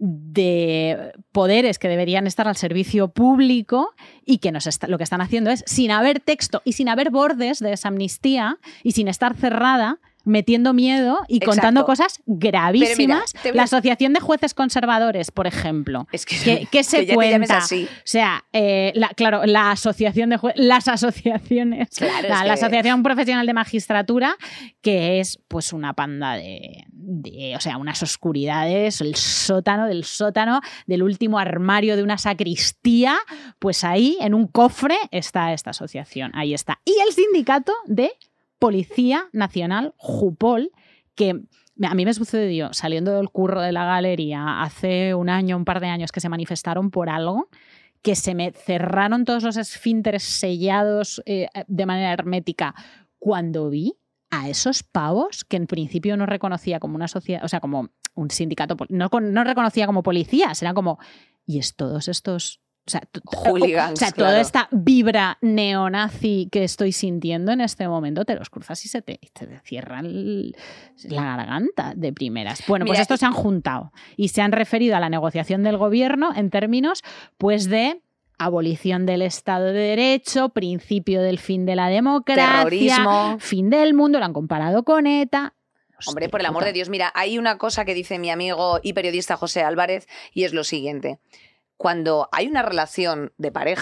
C: de poderes que deberían estar al servicio público y que nos está, lo que están haciendo es, sin haber texto y sin haber bordes de esa amnistía y sin estar cerrada, metiendo miedo y Exacto. contando cosas gravísimas. Mira, la Asociación de Jueces Conservadores, por ejemplo,
D: es que,
C: ¿qué, qué se
D: que
C: cuenta?
D: Así.
C: O sea, eh, la, claro, la Asociación de Jueces, las asociaciones,
D: claro,
C: la,
D: es que...
C: la Asociación Profesional de Magistratura, que es pues una panda de, de, o sea, unas oscuridades, el sótano del sótano, del último armario de una sacristía, pues ahí, en un cofre, está esta asociación, ahí está. Y el sindicato de Policía Nacional, Jupol, que a mí me sucedió saliendo del curro de la galería hace un año, un par de años, que se manifestaron por algo, que se me cerraron todos los esfínteres sellados eh, de manera hermética cuando vi a esos pavos que en principio no reconocía como una sociedad, o sea, como un sindicato, no, no reconocía como policías, eran como, y es todos estos... O sea,
D: hooligans,
C: o sea
D: claro.
C: toda esta vibra neonazi que estoy sintiendo en este momento, te los cruzas y se te, te cierra el, la garganta de primeras. Bueno, pues Mira, estos se han juntado y se han referido a la negociación del gobierno en términos pues de abolición del Estado de Derecho, principio del fin de la democracia,
D: terrorismo,
C: fin del mundo, lo han comparado con ETA.
D: Hombre, por el amor de Dios, mira, hay una cosa que dice mi amigo y periodista José Álvarez y es lo siguiente. Cuando hay una relación de pareja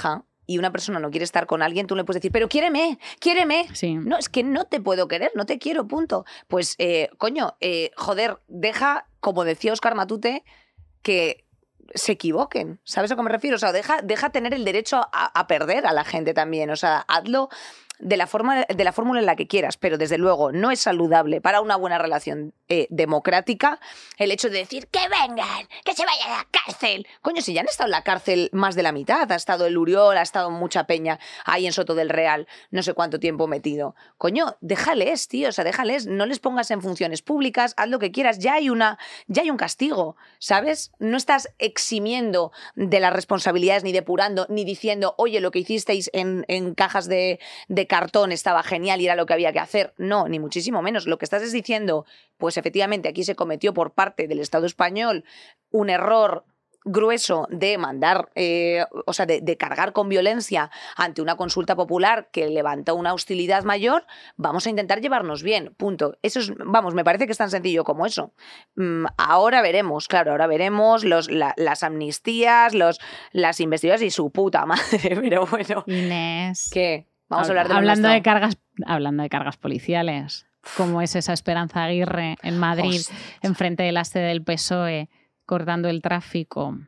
D: y una persona no quiere estar con alguien, tú le puedes decir, pero quiéreme, quiéreme.
C: Sí.
D: No, es que no te puedo querer, no te quiero, punto. Pues, eh, coño, eh, joder, deja, como decía Óscar Matute, que se equivoquen. ¿Sabes a qué me refiero? O sea, deja, deja tener el derecho a, a perder a la gente también. O sea, hazlo de la forma de la fórmula en la que quieras, pero desde luego no es saludable para una buena relación eh, democrática el hecho de decir que vengan, que se vayan a la cárcel. Coño, si ya han estado en la cárcel más de la mitad, ha estado el Uriol, ha estado mucha peña ahí en Soto del Real, no sé cuánto tiempo metido. Coño, déjales, tío, o sea, déjales, no les pongas en funciones públicas, haz lo que quieras, ya hay una, ya hay un castigo, ¿sabes? No estás eximiendo de las responsabilidades, ni depurando, ni diciendo, oye, lo que hicisteis en, en cajas de, de cartón estaba genial y era lo que había que hacer. No, ni muchísimo menos. Lo que estás es diciendo, pues efectivamente aquí se cometió por parte del Estado español un error grueso de mandar, eh, o sea, de, de cargar con violencia ante una consulta popular que levantó una hostilidad mayor, vamos a intentar llevarnos bien, punto. Eso es, vamos, me parece que es tan sencillo como eso. Mm, ahora veremos, claro, ahora veremos los, la, las amnistías, los, las investigaciones y su puta madre, pero bueno.
C: Inés.
D: ¿Qué? Vamos a hablar de
C: hablando
D: lo
C: de cargas, hablando de cargas policiales, ¿cómo es esa Esperanza Aguirre en Madrid,
D: Hostia.
C: enfrente de la sede del P S O E, cortando el tráfico?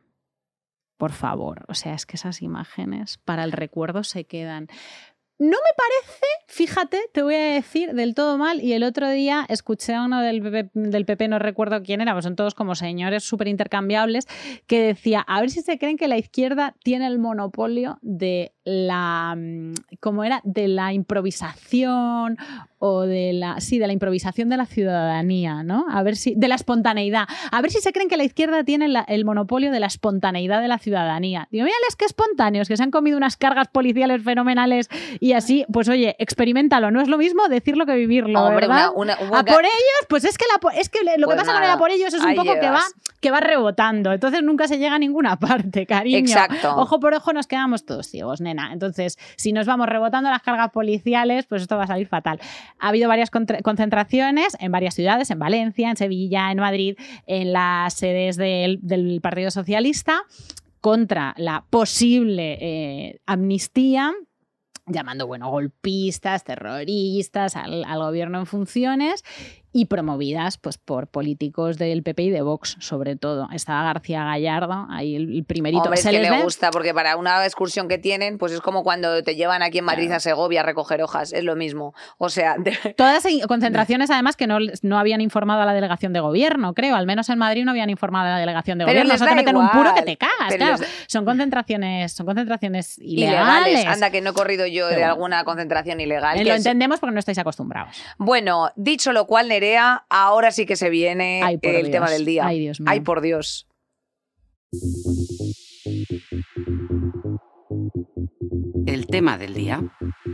C: Por favor, o sea, es que esas imágenes para el recuerdo se quedan. No me parece, fíjate, te voy a decir, del todo mal. Y el otro día escuché a uno del P P, del P P, no recuerdo quién era, pues son todos como señores súper intercambiables, que decía, a ver si se creen que la izquierda tiene el monopolio de la, ¿cómo era? De la improvisación o de la, sí, de la improvisación de la ciudadanía, ¿no? A ver si, de la espontaneidad. A ver si se creen que la izquierda tiene la, el monopolio de la espontaneidad de la ciudadanía. Digo, mírales qué espontáneos, que se han comido unas cargas policiales fenomenales y así, pues oye, experiméntalo. No es lo mismo decirlo que vivirlo,
D: Hombre,
C: ¿verdad?
D: una, una,
C: a por ellos, pues es que, la, es que lo
D: pues
C: que pasa
D: nada,
C: con el a por ellos es un poco que va, que va rebotando. Entonces nunca se llega a ninguna parte, cariño.
D: Exacto.
C: Ojo por ojo nos quedamos todos ciegos, nena. Entonces, si nos vamos rebotando las cargas policiales, pues esto va a salir fatal. Ha habido varias concentraciones en varias ciudades, en Valencia, en Sevilla, en Madrid, en las sedes del, del Partido Socialista, contra la posible eh, amnistía, llamando, bueno, golpistas, terroristas al, al gobierno en funciones, y promovidas pues, por políticos del P P y de Vox, sobre todo. Estaba García Gallardo, ahí el, el primerito.
D: Hombre, es
C: ¿Se
D: que
C: les
D: le
C: ve?
D: gusta, porque para una excursión que tienen, pues es como cuando te llevan aquí en Madrid
C: Claro.
D: a Segovia a recoger hojas, es lo mismo. O sea, de...
C: Todas concentraciones, además, que no, no habían informado a la delegación de gobierno, creo. Al menos en Madrid no habían informado a la delegación de
D: Pero
C: gobierno.
D: les
C: Eso te
D: da
C: meten un
D: igual.
C: puro que te cagas,
D: Pero
C: claro.
D: les-
C: Son concentraciones, son concentraciones ilegales.
D: ilegales. Anda, que no he corrido yo
C: Pero
D: de
C: bueno.
D: alguna concentración ilegal.
C: Eh,
D: que
C: Lo
D: es-
C: entendemos porque no estáis acostumbrados.
D: Bueno, dicho lo cual, Nerea, ahora sí que se viene
C: Ay, por
D: el
C: Dios.
D: tema del día.
C: Ay, Dios mío.
D: Ay, por Dios.
B: El tema del día.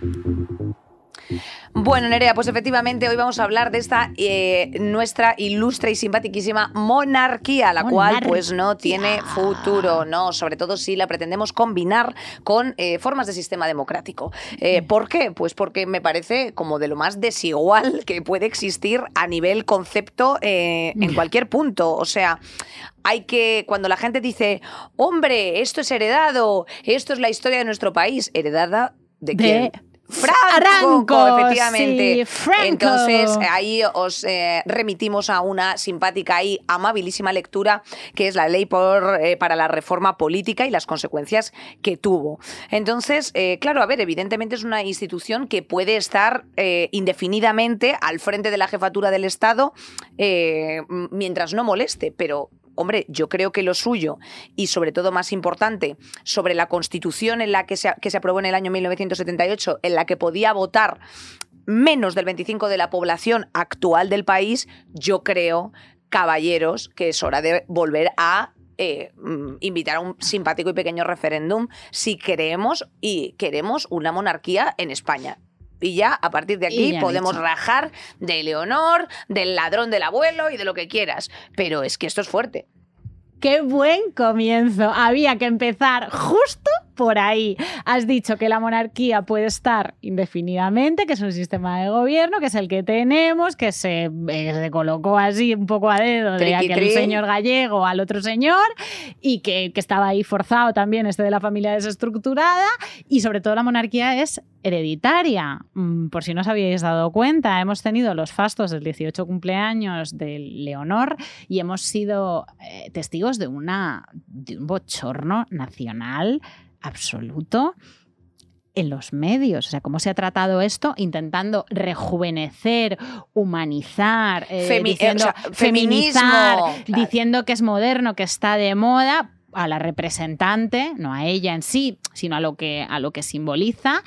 D: Bueno, Nerea, pues efectivamente hoy vamos a hablar de esta eh, nuestra ilustre y simpaticísima monarquía, la cual pues no tiene futuro, ¿no? Sobre todo si la pretendemos combinar con eh, formas de sistema democrático. Eh, ¿Por qué? Pues porque me parece como de lo más desigual que puede existir a nivel concepto eh, en cualquier punto. O sea, hay que, cuando la gente dice, hombre, esto es heredado, esto es la historia de nuestro país, ¿heredada de quién?
C: De
D: Franco,
C: Franco,
D: efectivamente.
C: sí, Franco.
D: Entonces, ahí os eh, remitimos a una simpática y amabilísima lectura que es la ley por, eh, para la reforma política y las consecuencias que tuvo. Entonces, eh, claro, a ver, evidentemente es una institución que puede estar eh, indefinidamente al frente de la jefatura del Estado eh, mientras no moleste, pero... Hombre, yo creo que lo suyo, y sobre todo más importante, sobre la Constitución en la que se, que se aprobó en el año mil novecientos setenta y ocho, en la que podía votar menos del veinticinco por ciento de la población actual del país, yo creo, caballeros, que es hora de volver a eh, invitar a un simpático y pequeño referéndum si queremos y queremos una monarquía en España. Y ya, a partir de aquí,
C: ya
D: podemos
C: dicho.
D: rajar de Leonor, del ladrón del abuelo y de lo que quieras. Pero es que esto es fuerte.
C: ¡Qué buen comienzo! Había que empezar justo por ahí. Has dicho que la monarquía puede estar indefinidamente, que es un sistema de gobierno, que es el que tenemos, que se, eh, se colocó así un poco a dedo de aquel señor gallego al otro señor y que, que estaba ahí forzado también este de la familia desestructurada, y sobre todo la monarquía es hereditaria. Por si no os habíais dado cuenta, hemos tenido los fastos del dieciocho cumpleaños de Leonor y hemos sido eh, testigos de, una, de un bochorno nacional absoluto en los medios. O sea, cómo se ha tratado esto intentando rejuvenecer, humanizar, eh,
D: Femi
C: diciendo,
D: o sea, feminizar,
C: claro. Diciendo que es moderno, que está de moda, a la representante, no a ella en sí, sino a lo que, a lo que simboliza,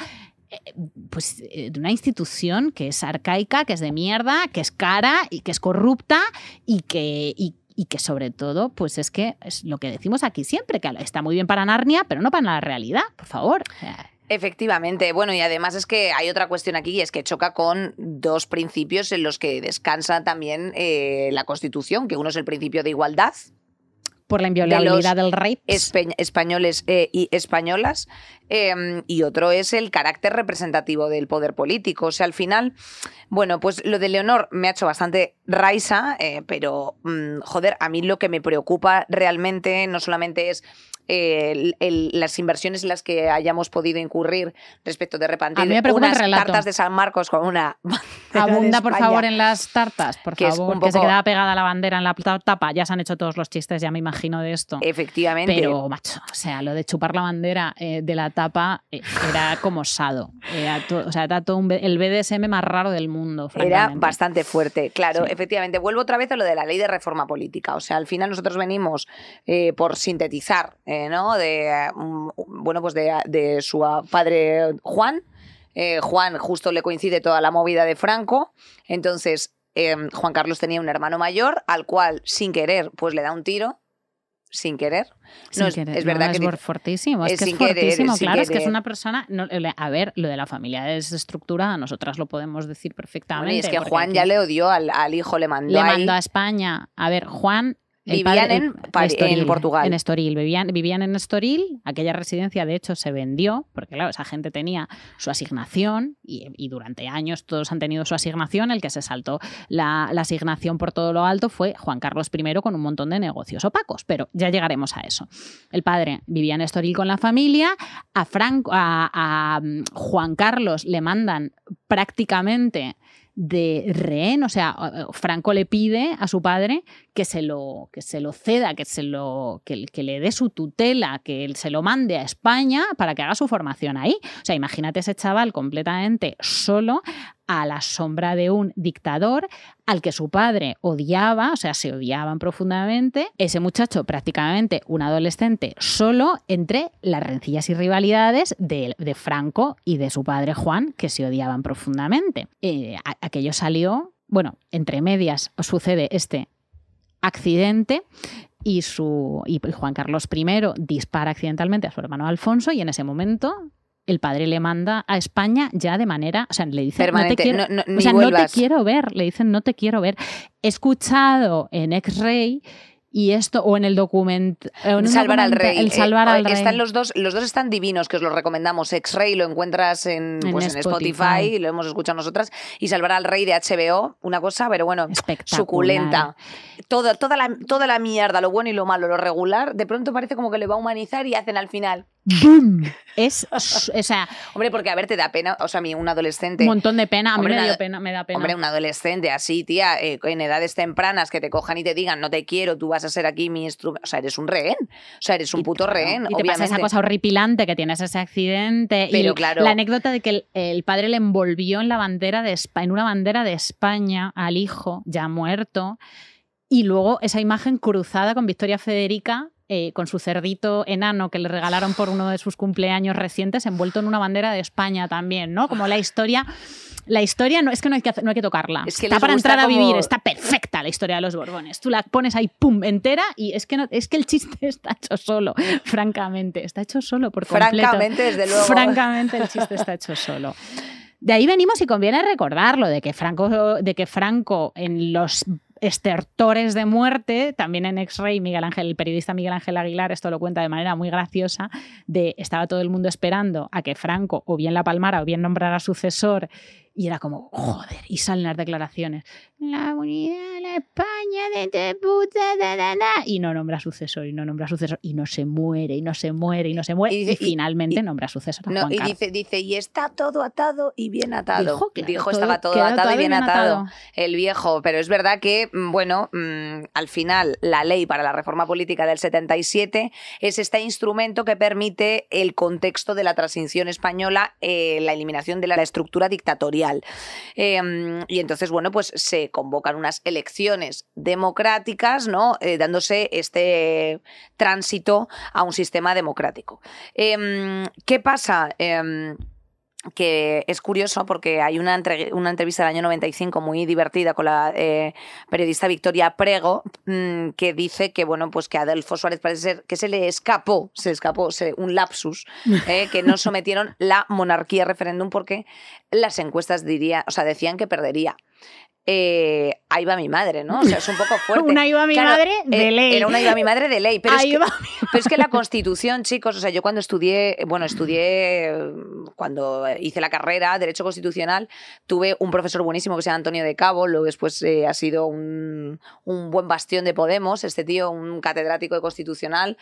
C: pues de una institución que es arcaica, que es de mierda, que es cara y que es corrupta y que, y, y que sobre todo, pues es que es lo que decimos aquí siempre, que está muy bien para Narnia, pero no para la realidad, por favor.
D: Efectivamente. Bueno, y además es que hay otra cuestión aquí y es que choca con dos principios en los que descansa también eh, la Constitución, que uno es el principio de igualdad,
C: por la inviolabilidad de del rey.
D: Espe españoles eh, y españolas, eh, y otro es el carácter representativo del poder político. O sea, al final, bueno, pues lo de Leonor me ha hecho bastante raisa, eh, pero, mmm, joder, a mí lo que me preocupa realmente no solamente es eh, el, el, las inversiones en las que hayamos podido incurrir respecto de repartir unas tartas de San Marcos con una
C: abunda, por favor, en las tartas, por que favor, poco... que se quedaba pegada la bandera en la tapa. Ya se han hecho todos los chistes, ya me imagino de esto.
D: Efectivamente.
C: Pero, macho, o sea, lo de chupar la bandera eh, de la tapa eh, era como sado. Era to, o sea, era todo un, el B D S M más raro del mundo, francamente.
D: Era bastante fuerte, claro,
C: sí.
D: Efectivamente. Vuelvo otra vez a lo de la ley de reforma política. O sea, al final nosotros venimos, eh, por sintetizar, eh, ¿no? De, um, bueno, pues de, de su padre Juan. Eh, Juan justo le coincide toda la movida de Franco. Entonces, eh, Juan Carlos tenía un hermano mayor al cual, sin querer, pues le da un tiro. Sin querer.
C: Sin
D: no, es,
C: querer.
D: es verdad
C: no,
D: que
C: es fortísimo. Es,
D: es
C: que
D: sin
C: es fortísimo,
D: querer,
C: claro.
D: sin
C: Es que es
D: querer.
C: una persona. No, a ver, lo de la familia es estructurada, nosotras lo podemos decir perfectamente.
D: Bueno, y es que Juan ya le odió al, al hijo, le mandó.
C: Le
D: ahí.
C: mandó a España. A ver, Juan.
D: Vivían
C: padre,
D: en,
C: el, Estoril,
D: en Portugal.
C: En Estoril. Vivían, vivían en Estoril. Aquella residencia, de hecho, se vendió, porque claro, esa gente tenía su asignación y, y durante años todos han tenido su asignación. El que se saltó la, la asignación por todo lo alto fue Juan Carlos primero con un montón de negocios opacos, pero ya llegaremos a eso. El padre vivía en Estoril con la familia. A, Franco, a, a Juan Carlos le mandan prácticamente de rehén, o sea, Franco le pide a su padre que se lo, que se lo ceda, que, se lo, que, que le dé su tutela, que él se lo mande a España para que haga su formación ahí. O sea, imagínate ese chaval completamente solo a la sombra de un dictador al que su padre odiaba, o sea, se odiaban profundamente. Ese muchacho, prácticamente un adolescente solo entre las rencillas y rivalidades de, de Franco y de su padre Juan, que se odiaban profundamente. Eh, aquello salió, bueno, entre medias sucede este accidente y, su, y Juan Carlos primero dispara accidentalmente a su hermano Alfonso y en ese momento el padre le manda a España ya de manera, o sea, le dicen,
D: permanente,
C: no te quiero,
D: no, no,
C: o sea,
D: no
C: te quiero ver, le dicen, no te quiero ver. He escuchado en X-Ray y esto, o en el documento...
D: Salvar al rey.
C: El salvar
D: eh,
C: al rey.
D: Están los dos, los dos están divinos, que os los recomendamos. X-Ray lo encuentras en,
C: en,
D: pues,
C: Spotify.
D: en Spotify, lo hemos escuchado nosotras. Y Salvar al rey de H B O, una cosa, pero bueno, suculenta. Todo, toda, la, toda la mierda, lo bueno y lo malo, lo regular, de pronto parece como que le va a humanizar y hacen al final...
C: ¡Bum! Es, o sea...
D: Hombre, porque a ver, te da pena, o sea, a mí un adolescente...
C: Un montón de pena, a mí
D: hombre,
C: me, dio
D: una,
C: pena, me da pena.
D: Hombre, un adolescente así, tía, eh, en edades tempranas que te cojan y te digan, no te quiero, tú vas a ser aquí mi instrumento... O sea, eres un rehén, o sea, eres un
C: y,
D: puto
C: claro,
D: rehén,
C: y
D: obviamente.
C: te pasa esa cosa horripilante que tienes ese accidente.
D: Pero
C: y
D: claro...
C: la anécdota de que el, el padre le envolvió en, la bandera de España, en una bandera de España al hijo, ya muerto, y luego esa imagen cruzada con Victoria Federica... Eh, con su cerdito enano que le regalaron por uno de sus cumpleaños recientes, envuelto en una bandera de España también, ¿no? Como la historia... La historia no es que no hay que, hacer, no hay que tocarla.
D: Es que
C: está para entrar
D: como...
C: a vivir, está perfecta la historia de los Borbones. Tú la pones ahí, pum, entera y es que, no, es que el chiste está hecho solo, francamente. Está hecho solo por completo.
D: Francamente, desde luego.
C: Francamente, el chiste está hecho solo. De ahí venimos y conviene recordarlo, de que Franco, de que Franco en los estertores de muerte, también en X-Ray, Miguel Ángel, el periodista Miguel Ángel Aguilar esto lo cuenta de manera muy graciosa, de estaba todo el mundo esperando a que Franco o bien la palmara o bien nombrara sucesor, y era como, joder, y salen las declaraciones, la unidad, la España de, de puta, da, da, da, y no nombra sucesor, y no nombra sucesor, y no se muere, y no se muere, y no se muere, y, dice, y finalmente y, nombra sucesor a
D: no,
C: Juan
D: y
C: Carlos.
D: dice, dice, y está todo atado y bien atado.
C: Dijo, claro,
D: Dijo
C: todo,
D: estaba todo atado, atado y bien atado,
C: atado,
D: el viejo, pero es verdad que, bueno, mmm, al final la ley para la reforma política del setenta y siete es este instrumento que permite el contexto de la transición española, eh, la eliminación de la estructura dictatorial. Eh, y entonces, bueno, pues se convocan unas elecciones democráticas, ¿no? Eh, dándose este tránsito a un sistema democrático. Eh, ¿Qué pasa? Eh, que es curioso porque hay una, entre, una entrevista del año noventa y cinco muy divertida con la eh, periodista Victoria Prego, mmm, que dice que, bueno, pues que a Adolfo Suárez parece ser que se le escapó, se escapó se, un lapsus, eh, que no sometieron la monarquía a referéndum porque las encuestas diría, o sea, decían que perdería. Eh, ahí va mi madre, ¿no? O sea, es un poco fuerte.
C: Una iba mi
D: claro,
C: madre de
D: eh,
C: ley.
D: Era una iba mi madre de ley. Pero, es que,
C: va
D: pero es que la Constitución, chicos, o sea, yo cuando estudié, bueno, estudié, cuando hice la carrera Derecho Constitucional, tuve un profesor buenísimo que se llama Antonio de Cabo, luego después eh, ha sido un, un buen bastión de Podemos, este tío, un catedrático de Constitucional,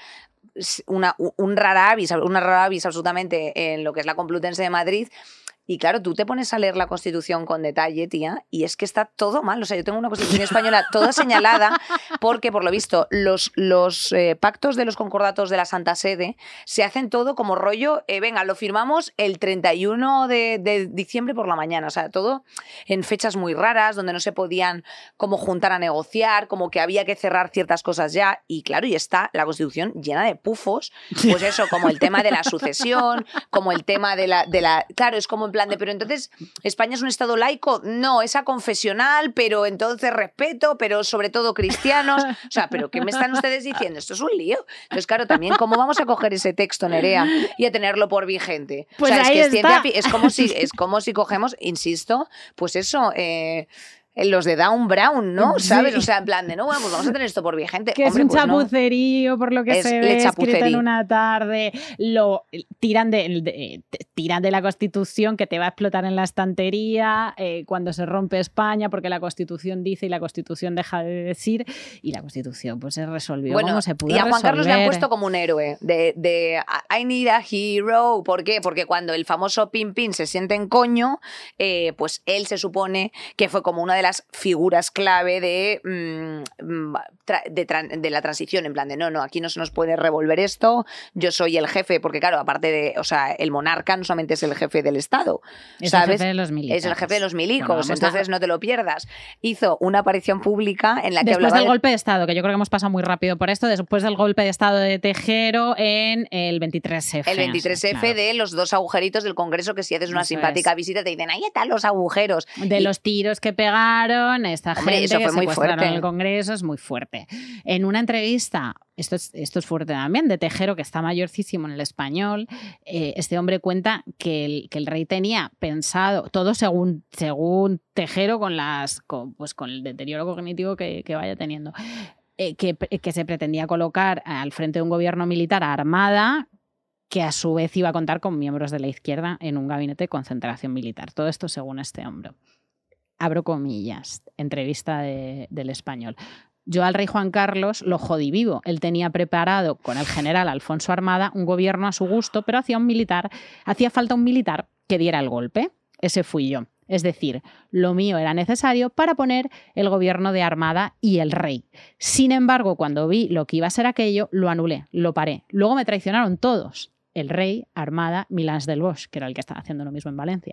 D: una, un rara avis, una rara avis absolutamente en lo que es la Complutense de Madrid. Y claro, tú te pones a leer la Constitución con detalle, tía, y es que está todo mal. O sea, yo tengo una Constitución española toda señalada porque, por lo visto, los, los eh, pactos de los concordatos de la Santa Sede se hacen todo como rollo, eh, venga, lo firmamos el treinta y uno de, de diciembre por la mañana. O sea, todo en fechas muy raras, donde no se podían como juntar a negociar, como que había que cerrar ciertas cosas ya. Y claro, y está la Constitución llena de pufos, pues eso, como el tema de la sucesión, como el tema de la... De la claro, es como en plan de, pero entonces, ¿España es un estado laico? No, es aconfesional, pero entonces respeto, pero sobre todo cristianos. O sea, ¿pero qué me están ustedes diciendo? Esto es un lío. Entonces, claro, también, ¿cómo vamos a coger ese texto, Nerea, y a tenerlo por vigente?
C: Pues
D: o sea,
C: ahí
D: es que
C: está.
D: Es, es, como si, es como si cogemos, insisto, pues eso... Eh, los de Down Brown, ¿no? ¿Sabes?
C: Sí.
D: O sea, en plan de, no, bueno, pues vamos a tener esto por vigente.
C: Que
D: Hombre,
C: es un
D: pues
C: chapucerío,
D: no.
C: por lo que
D: es
C: se ve escrito en
D: chapucerí.
C: una tarde. Lo tiran de, de, tiran de la Constitución que te va a explotar en la estantería eh, cuando se rompe España, porque la Constitución dice y la Constitución deja de decir, y la Constitución pues se resolvió
D: bueno,
C: como se pudo
D: y a Juan
C: resolver.
D: Carlos le han puesto como un héroe de, de I need a hero. ¿Por qué? Porque cuando el famoso Pin Pin se siente en coño, eh, pues él se supone que fue como una de las figuras clave de, mmm, de, de la transición, en plan de no, no, aquí no se nos puede revolver esto, yo soy el jefe, porque claro, aparte de, o sea, el monarca no solamente es el jefe del Estado,
C: es
D: ¿sabes?
C: el jefe de los milicos.
D: Es el jefe de los milicos,
C: bueno,
D: entonces a... no te lo pierdas. Hizo una aparición pública en la que
C: después
D: hablaba
C: del
D: de...
C: golpe de Estado, que yo creo que hemos pasado muy rápido por esto, después del golpe de Estado de Tejero en el veintitrés efe.
D: El veintitrés efe, claro. De los dos agujeritos del Congreso, que si haces una
C: Eso
D: simpática
C: es.
D: visita te dicen, ahí están los agujeros.
C: De
D: y...
C: los tiros que pegaron, esta
D: Hombre,
C: gente
D: eso
C: que
D: fue muy
C: secuestraron
D: fuerte.
C: en el Congreso, es muy fuerte. En una entrevista, esto es, esto es fuerte también, de Tejero, que está mayorcísimo en El Español, eh, este hombre cuenta que el, que el rey tenía pensado, todo según, según Tejero, con, las, con, pues con el deterioro cognitivo que, que vaya teniendo, eh, que, que se pretendía colocar al frente de un gobierno militar armada, que a su vez iba a contar con miembros de la izquierda en un gabinete de concentración militar. Todo esto según este hombre. Abro comillas, entrevista de, del Español. Yo al rey Juan Carlos lo jodí vivo. Él tenía preparado con el general Alfonso Armada un gobierno a su gusto, pero hacía un militar, hacía falta un militar que diera el golpe. Ese fui yo. Es decir, lo mío era necesario para poner el gobierno de Armada y el rey. Sin embargo, cuando vi lo que iba a ser aquello, lo anulé, lo paré. Luego me traicionaron todos. El rey, Armada, Milans del Bosch, que era el que estaba haciendo lo mismo en Valencia.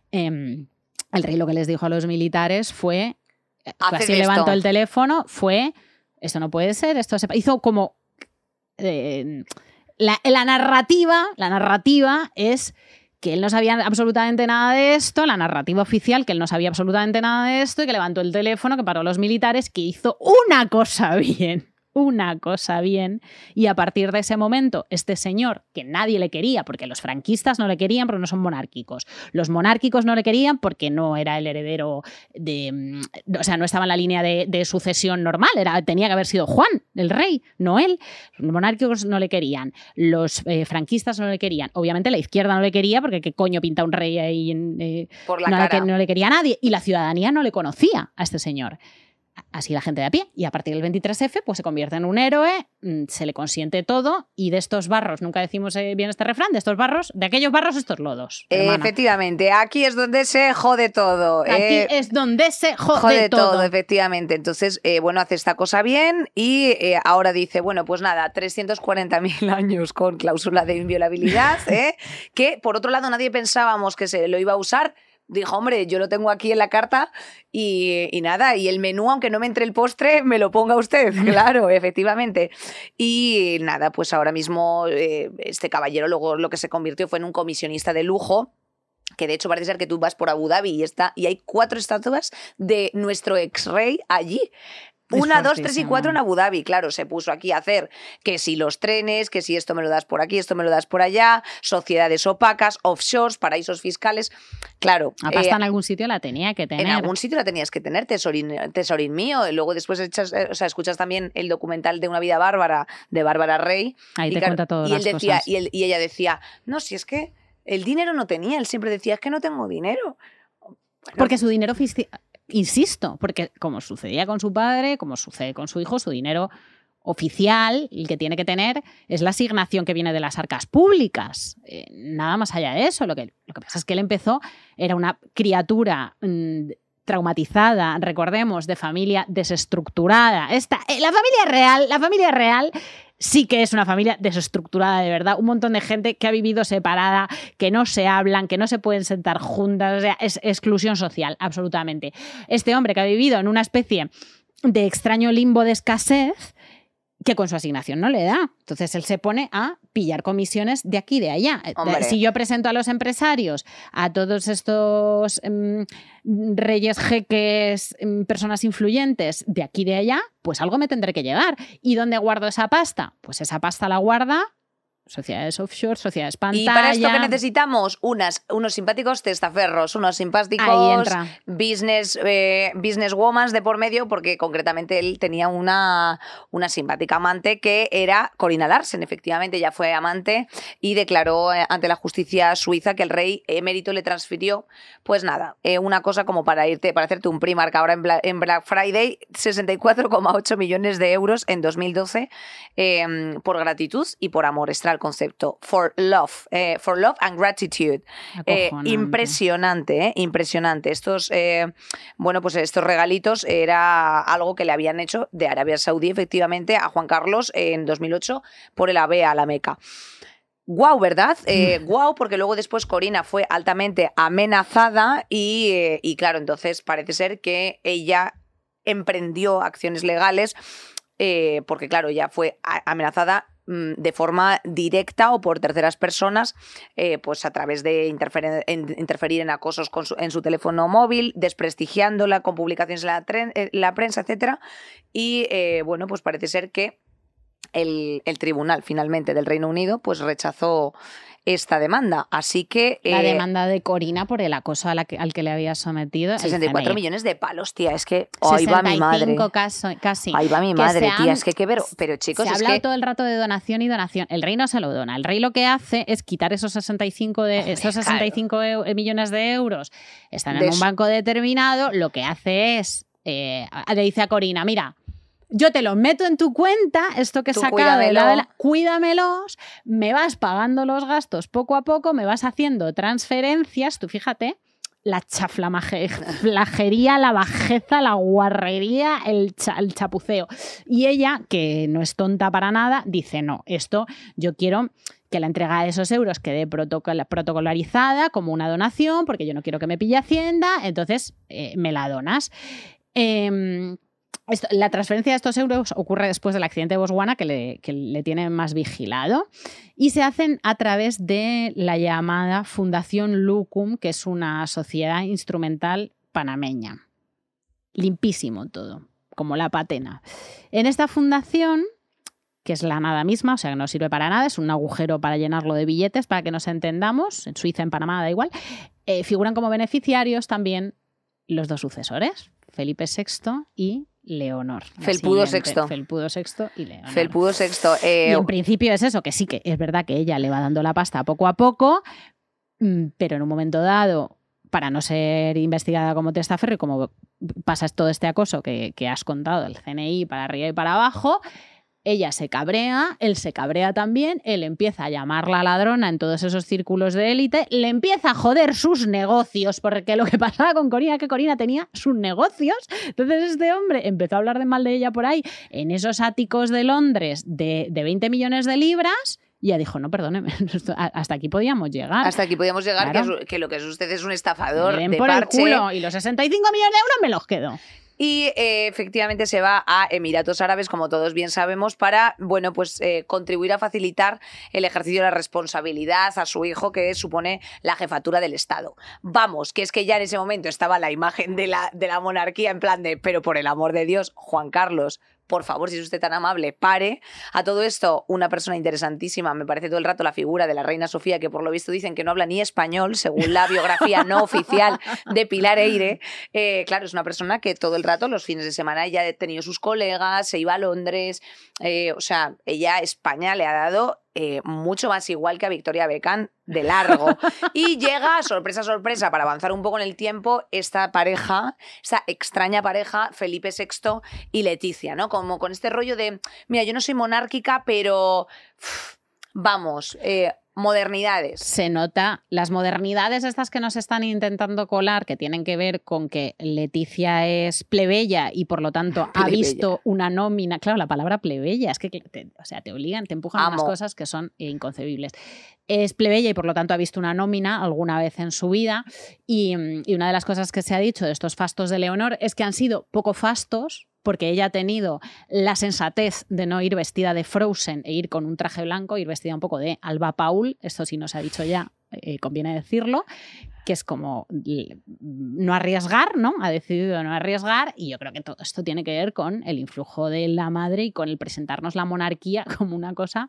C: Eh, el rey lo que les dijo a los militares fue, así levantó el teléfono, fue, esto no puede ser, esto se... Hizo como... Eh, la, la narrativa, la narrativa es... que él no sabía absolutamente nada de esto, la narrativa oficial, que él no sabía absolutamente nada de esto, y que levantó el teléfono, que paró a los militares, que hizo una cosa bien. una cosa bien, y a partir de ese momento este señor, que nadie le quería porque los franquistas no le querían porque no son monárquicos, los monárquicos no le querían porque no era el heredero de, o sea, no estaba en la línea de, de sucesión normal, era, tenía que haber sido Juan, el rey, no él. Los monárquicos no le querían, los eh, franquistas no le querían, obviamente la izquierda no le quería porque qué coño pinta un rey ahí en, eh,
D: Por la
C: no,
D: cara.
C: Le, no le quería a nadie, y la ciudadanía no le conocía a este señor. Así la gente de a pie, y a partir del veintitrés efe pues se convierte en un héroe, se le consiente todo, y de estos barros, nunca decimos bien este refrán, de estos barros, de aquellos barros estos lodos.
D: Eh, efectivamente, aquí es donde se jode todo.
C: Aquí
D: eh,
C: es donde se jode,
D: jode todo.
C: todo.
D: Efectivamente. Entonces, eh, bueno, hace esta cosa bien y eh, ahora dice, bueno, pues nada, trescientos cuarenta mil años con cláusula de inviolabilidad, ¿eh? Que por otro lado nadie pensábamos que se lo iba a usar. Dijo, hombre, yo lo tengo aquí en la carta y, y nada, y el menú, aunque no me entre el postre, me lo ponga usted, claro, efectivamente. Y nada, pues ahora mismo eh, este caballero luego lo que se convirtió fue en un comisionista de lujo, que de hecho parece ser que tú vas por Abu Dhabi y, está, y hay cuatro estatuas de nuestro ex-rey allí. Una, dos, tres y cuatro en Abu Dhabi. Claro, se puso aquí a hacer que si los trenes, que si esto me lo das por aquí, esto me lo das por allá, sociedades opacas, offshores, paraísos fiscales. Claro.
C: La pasta
D: eh,
C: en algún sitio la tenía que tener.
D: En algún sitio la tenías que tener, tesorín, tesorín mío. Y luego después echas, eh, o sea, escuchas también el documental de Una vida bárbara de Bárbara Rey.
C: Ahí
D: y
C: te
D: claro,
C: cuenta todas
D: y él
C: las
D: decía,
C: cosas.
D: Y, él, y ella decía, no, si es que el dinero no tenía. Él siempre decía, es que no tengo dinero. Bueno,
C: porque su dinero fiscal... Insisto, porque como sucedía con su padre, como sucede con su hijo, su dinero oficial, el que tiene que tener, es la asignación que viene de las arcas públicas. Eh, nada más allá de eso. Lo que, lo que pasa es que él empezó, era una criatura mmm, traumatizada, recordemos, de familia desestructurada. Esta, eh, la familia real, la familia real sí que es una familia desestructurada de verdad. Un montón de gente que ha vivido separada, que no se hablan, que no se pueden sentar juntas. O sea, es exclusión social, absolutamente. Este hombre que ha vivido en una especie de extraño limbo de escasez, que con su asignación no le da. Entonces él se pone a pillar comisiones de aquí y de allá.
D: Hombre.
C: Si yo presento a los empresarios, a todos estos um, reyes, jeques, um, personas influyentes de aquí y de allá, pues algo me tendré que llevar. ¿Y dónde guardo esa pasta? Pues esa pasta la guarda sociedades offshore, sociedades pantalla.
D: Y para esto que necesitamos unas, unos simpáticos testaferros, unos simpáticos business, eh, business woman de por medio, porque concretamente él tenía una, una simpática amante que era Corina Larsen. Efectivamente, ella fue amante y declaró ante la justicia suiza que el rey emérito le transfirió, pues nada, eh, una cosa como para irte, para hacerte un Primark ahora en, Bla, en Black Friday, sesenta y cuatro coma ocho millones de euros en dos mil doce eh, por gratitud y por amor. Extra el concepto for love, eh, for love and gratitude. Eh, impresionante, eh, impresionante. Estos, eh, bueno, pues estos regalitos era algo que le habían hecho de Arabia Saudí, efectivamente, a Juan Carlos en dos mil ocho por el A B E a la Meca. Guau, ¿verdad? Eh, guau, porque luego después Corina fue altamente amenazada y, eh, y claro, entonces parece ser que ella emprendió acciones legales eh, porque claro, ella fue amenazada de forma directa o por terceras personas, eh, pues a través de interferir en, interferir en acosos con su, en su teléfono móvil, desprestigiándola con publicaciones en la, tren, en la prensa, etcétera. Y eh, bueno, pues parece ser que el, el tribunal finalmente del Reino Unido pues rechazó esta demanda. Así que...
C: La
D: eh,
C: demanda de Corina por el acoso a la que, al que le había sometido.
D: sesenta y cuatro millones de palos, tía. Es que... Ahí va mi madre.
C: Caso, casi.
D: Ahí va mi madre, tía. Han, es que qué ver... Pero chicos,
C: se ha
D: es
C: hablado
D: que...
C: todo el rato de donación y donación. El rey no se lo dona. El rey lo que hace es quitar esos sesenta y cinco, de, Hombre, esos sesenta y cinco claro. e- millones de euros. Están en de un banco determinado. Lo que hace es... Eh, le dice a Corina, mira... Yo te los meto en tu cuenta, esto que he sacado de la, de la, cuídamelos, me vas pagando los gastos poco a poco, me vas haciendo transferencias, tú fíjate, la chaflajería, la bajeza, la guarrería, el, cha, el chapuceo. Y ella, que no es tonta para nada, dice, no, esto yo quiero que la entrega de esos euros quede protocol, protocolarizada como una donación, porque yo no quiero que me pille Hacienda, entonces eh, me la donas. Eh, Esto, la transferencia de estos euros ocurre después del accidente de Botswana, que le, que le tiene más vigilado, y se hacen a través de la llamada Fundación Lucum, que es una sociedad instrumental panameña. Limpísimo todo. como la patena. En esta fundación, que es la nada misma, o sea, que no sirve para nada, es un agujero para llenarlo de billetes, para que nos entendamos, en Suiza, en Panamá, da igual, eh, figuran como beneficiarios también los dos sucesores, Felipe sexto y Leonor.
D: Felpudo sexto.
C: Felpudo sexto y Leonor.
D: Felpudo sexto. Eh...
C: Y en principio es eso, que sí que es verdad que ella le va dando la pasta poco a poco, pero en un momento dado, para no ser investigada como testaferro y como pasa todo este acoso que, que has contado, el C N I para arriba y para abajo, ella se cabrea, él se cabrea también, él empieza a llamarla ladrona en todos esos círculos de élite, le empieza a joder sus negocios, porque lo que pasaba con Corina es que Corina tenía sus negocios. Entonces este hombre empezó a hablar de mal de ella por ahí, en esos áticos de Londres de, de veinte millones de libras, y ella dijo, no, perdóneme, hasta aquí podíamos llegar.
D: Hasta aquí podíamos llegar,
C: claro.
D: que, es, que lo que es usted es un estafador
C: de
D: por
C: parche.
D: El culo,
C: y los sesenta y cinco millones de euros me los quedo.
D: Y eh, efectivamente se va a Emiratos Árabes, como todos bien sabemos, para bueno, pues, eh, contribuir a facilitar el ejercicio de la responsabilidad a su hijo, que supone la jefatura del Estado. Vamos, que es que ya en ese momento estaba la imagen de la, de la monarquía en plan de, pero por el amor de Dios, Juan Carlos, por favor, si es usted tan amable, pare. A todo esto, una persona interesantísima, me parece todo el rato la figura de la reina Sofía, que por lo visto dicen que no habla ni español, según la biografía no oficial de Pilar Eyre. Eh, claro, es una persona que todo el rato, los fines de semana, ella ha tenido sus colegas, se iba a Londres, eh, o sea, ella, España, le ha dado eh, mucho más igual que a Victoria Beckham de largo. Y llega, sorpresa, sorpresa, para avanzar un poco en el tiempo, esta pareja, esta extraña pareja, Felipe sexto y Leticia, ¿no? Como con este rollo de, mira, yo no soy monárquica, pero uff, vamos, eh, modernidades.
C: Se nota las modernidades estas que nos están intentando colar, que tienen que ver con que Leticia es plebeya y por lo tanto plebeya. Ha visto una nómina. Claro, la palabra plebeya es que te, o sea, te obligan, te empujan a unas cosas que son inconcebibles. Es plebeya y por lo tanto ha visto una nómina alguna vez en su vida y, y una de las cosas que se ha dicho de estos fastos de Leonor es que han sido poco fastos, porque ella ha tenido la sensatez de no ir vestida de Frozen e ir con un traje blanco, ir vestida un poco de Alba Paul, esto sí nos ha dicho ya, eh, conviene decirlo, que es como no arriesgar, ¿no? Ha decidido no arriesgar y yo creo que todo esto tiene que ver con el influjo de la madre y con el presentarnos la monarquía como una cosa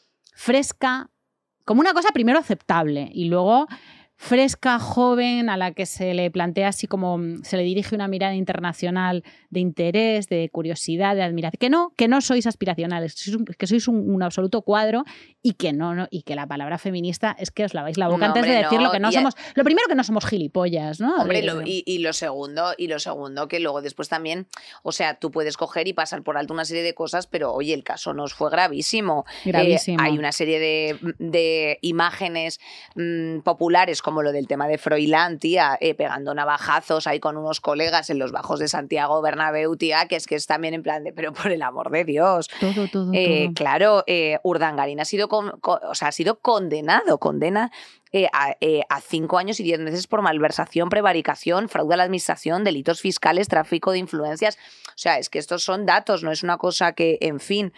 C: fresca, como una cosa primero aceptable y luego fresca, joven, a la que se le plantea así como se le dirige una mirada internacional de interés, de curiosidad, de admiración. Que no, que no sois aspiracionales, que sois un, un absoluto cuadro y que no, no, y que la palabra feminista es que os laváis la boca no, antes hombre, de decir no. lo que no y somos. A... Lo primero que no somos gilipollas, ¿no?
D: Hombre, lo, y, y lo segundo, y lo segundo, que luego después también, o sea, tú puedes coger y pasar por alto una serie de cosas, pero oye, el caso nos fue gravísimo.
C: Gravísimo.
D: Eh, hay una serie de, de imágenes mmm, populares como lo del tema de Froilán, tía, eh, pegando navajazos ahí con unos colegas en los bajos de Santiago Bernabéu, tía, que es que es también en plan de, pero por el amor de Dios.
C: Todo, todo,
D: eh,
C: todo.
D: Claro, eh, Urdangarín ha sido, con, con, o sea, ha sido condenado, condena Eh, a, eh, a cinco años y diez meses por malversación, prevaricación, fraude a la administración, delitos fiscales, tráfico de influencias. O sea, es que estos son datos, no es una cosa que, en fin,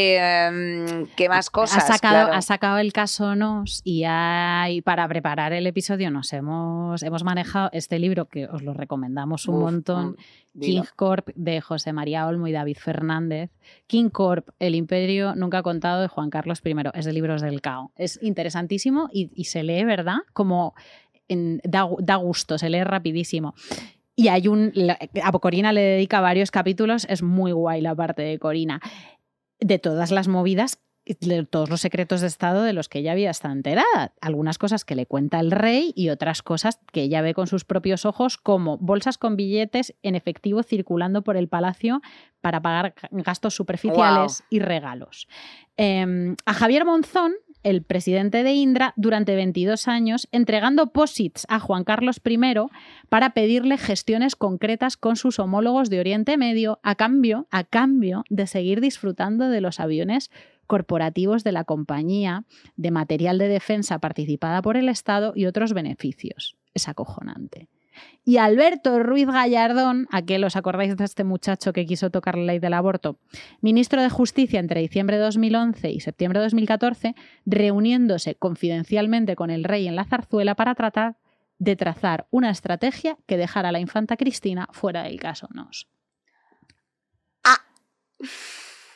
D: eh, ¿qué más cosas?
C: Ha sacado,
D: claro.
C: ha sacado el caso Nos y, hay, para preparar el episodio nos hemos, hemos manejado este libro que os lo recomendamos un Uf, montón, mm, King Corp de José María Olmo y David Fernández. King Corp, El Imperio nunca contado de Juan Carlos primero, es de Libros del Cao. Es interesantísimo y, y se lee, ¿verdad? Como en, da, da gusto, se lee rapidísimo. Y hay un... La, a Corina le dedica varios capítulos, es muy guay la parte de Corina. De todas las movidas, de todos los secretos de Estado de los que ella había estado enterada. Algunas cosas que le cuenta el rey y otras cosas que ella ve con sus propios ojos, como bolsas con billetes en efectivo circulando por el palacio para pagar gastos superficiales wow. y regalos. Eh, a Javier Monzón, el presidente de Indra, durante veintidós años, entregando posits a Juan Carlos primero para pedirle gestiones concretas con sus homólogos de Oriente Medio a cambio, a cambio de seguir disfrutando de los aviones corporativos de la compañía, de material de defensa participada por el Estado y otros beneficios. Es acojonante. Y Alberto Ruiz Gallardón, aquel, ¿os acordáis de este muchacho que quiso tocar la ley del aborto? Ministro de Justicia entre diciembre de dos mil once y septiembre de dos mil catorce, reuniéndose confidencialmente con el rey en la Zarzuela para tratar de trazar una estrategia que dejara a la infanta Cristina fuera del caso Nos.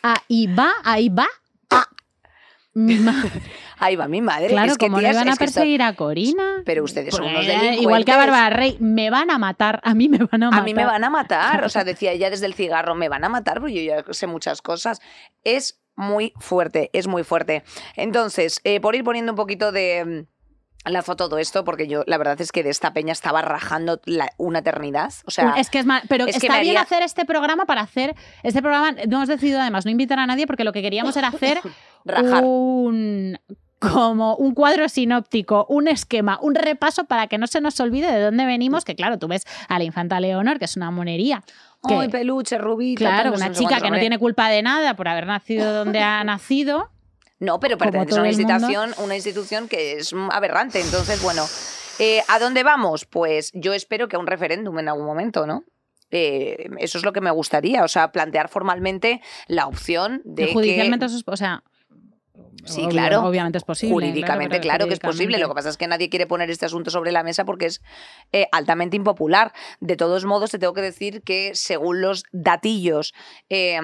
C: Ahí va, ahí va. Ah. Mi madre.
D: Ahí va mi madre.
C: Claro,
D: es que,
C: como
D: tías,
C: le van a
D: es que
C: perseguir
D: esto...
C: a Corina.
D: Pero ustedes son
C: Pues,
D: unos delincuentes.
C: igual que a Bárbara Rey, me van a matar. A mí me van a matar.
D: A mí me van a matar. O sea, decía ella desde el cigarro, me van a matar porque yo ya sé muchas cosas. Es muy fuerte, es muy fuerte. Entonces, eh, por ir poniendo un poquito de... la foto, todo esto, porque yo la verdad es que de esta peña estaba rajando la, una eternidad. O sea,
C: es que es mal, pero
D: es
C: está
D: que
C: bien
D: haría...
C: hacer este programa para hacer este programa. No hemos decidido además no invitar a nadie porque lo que queríamos era hacer
D: rajar.
C: un como un cuadro sinóptico, un esquema, un repaso para que no se nos olvide de dónde venimos, que claro, tú ves a la infanta Leonor, que es una monería. Que,
D: ¡ay, peluche, rubita!
C: Claro,
D: no
C: una
D: sé
C: chica
D: cuántos,
C: que no
D: hombre.
C: tiene culpa de nada por haber nacido donde ha nacido.
D: No, pero
C: Como
D: pertenece a
C: todo
D: una
C: el mundo.
D: institución, una institución que es aberrante. Entonces, bueno, eh, ¿a dónde vamos? Pues yo espero que a un referéndum en algún momento, ¿no? Eh, eso es lo que me gustaría, o sea, plantear formalmente la opción de
C: Que judicialmente,
D: que...
C: eso es- o sea,
D: Sí,
C: obvio-
D: claro.
C: obviamente es posible.
D: Jurídicamente,
C: pero
D: claro, que es posible.
C: jurídicamente-
D: Lo que pasa es que nadie quiere poner este asunto sobre la mesa porque es eh, altamente impopular. De todos modos, te tengo que decir que según los datillos eh,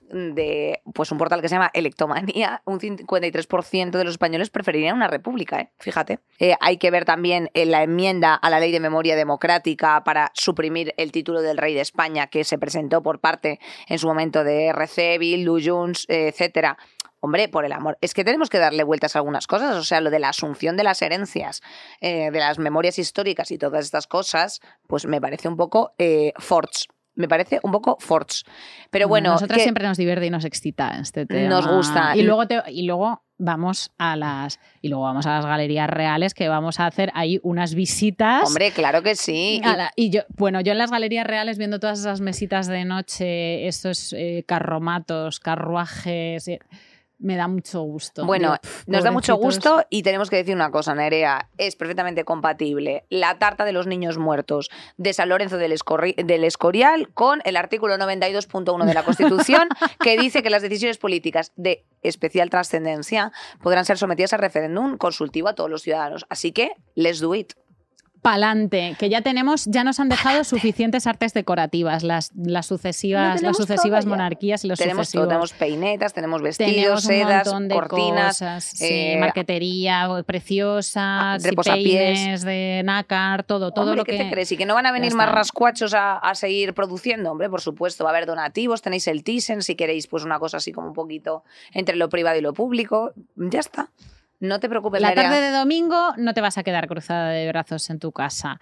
D: de pues un portal que se llama Electomanía, un cincuenta y tres por ciento de los españoles preferirían una república, ¿eh? Fíjate. Eh, hay que ver también en la enmienda a la Ley de Memoria Democrática para suprimir el título del rey de España que se presentó por parte en su momento de R C, Bildu, Junts, eh, etcétera. Hombre, por el amor, es que tenemos que darle vueltas a algunas cosas, o sea, lo de la asunción de las herencias, eh, de las memorias históricas y todas estas cosas, pues me parece un poco eh, forts, me parece un poco forts. Pero bueno,
C: nosotras
D: que
C: siempre nos divierte y nos excita este tema.
D: nos gusta.
C: Y luego, te- y luego vamos a las y luego vamos a las galerías reales, que vamos a hacer ahí unas visitas.
D: Hombre, claro que sí.
C: A la- y yo, bueno, yo en las galerías reales viendo todas esas mesitas de noche, esos eh, carromatos, carruajes, eh, me da mucho gusto.
D: Bueno,
C: Digo, pff,
D: nos da mucho
C: pobrecitos.
D: gusto y tenemos que decir una cosa, Nerea, es perfectamente compatible la tarta de los niños muertos de San Lorenzo del, Escorri- del Escorial con el artículo noventa y dos punto uno de la Constitución que dice que las decisiones políticas de especial trascendencia podrán ser sometidas a referéndum consultivo a todos los ciudadanos. Así que, let's do it.
C: Pa'lante, que ya tenemos, ya nos han dejado suficientes artes decorativas, las, las
D: Lo
C: sucesivas, las
D: tenemos
C: sucesivas
D: todo ya.
C: monarquías y los
D: Tenemos todo,
C: sucesivos.
D: tenemos peinetas, tenemos vestidos,
C: Tenemos un
D: sedas,
C: montón de
D: cortinas,
C: cosas, sí,
D: eh,
C: marquetería preciosa,
D: reposapiés.
C: peines de nácar, todo, todo
D: Hombre,
C: lo
D: ¿qué
C: que...
D: te crees? ¿Y que no van a venir
C: Ya
D: más
C: está.
D: rascuachos a, a seguir produciendo? Hombre, por supuesto, va a haber donativos, tenéis el Thyssen, si queréis pues una cosa así como un poquito entre lo privado y lo público. Ya está. No te preocupes,
C: La
D: Nerea.
C: tarde de domingo no te vas a quedar cruzada de brazos en tu casa.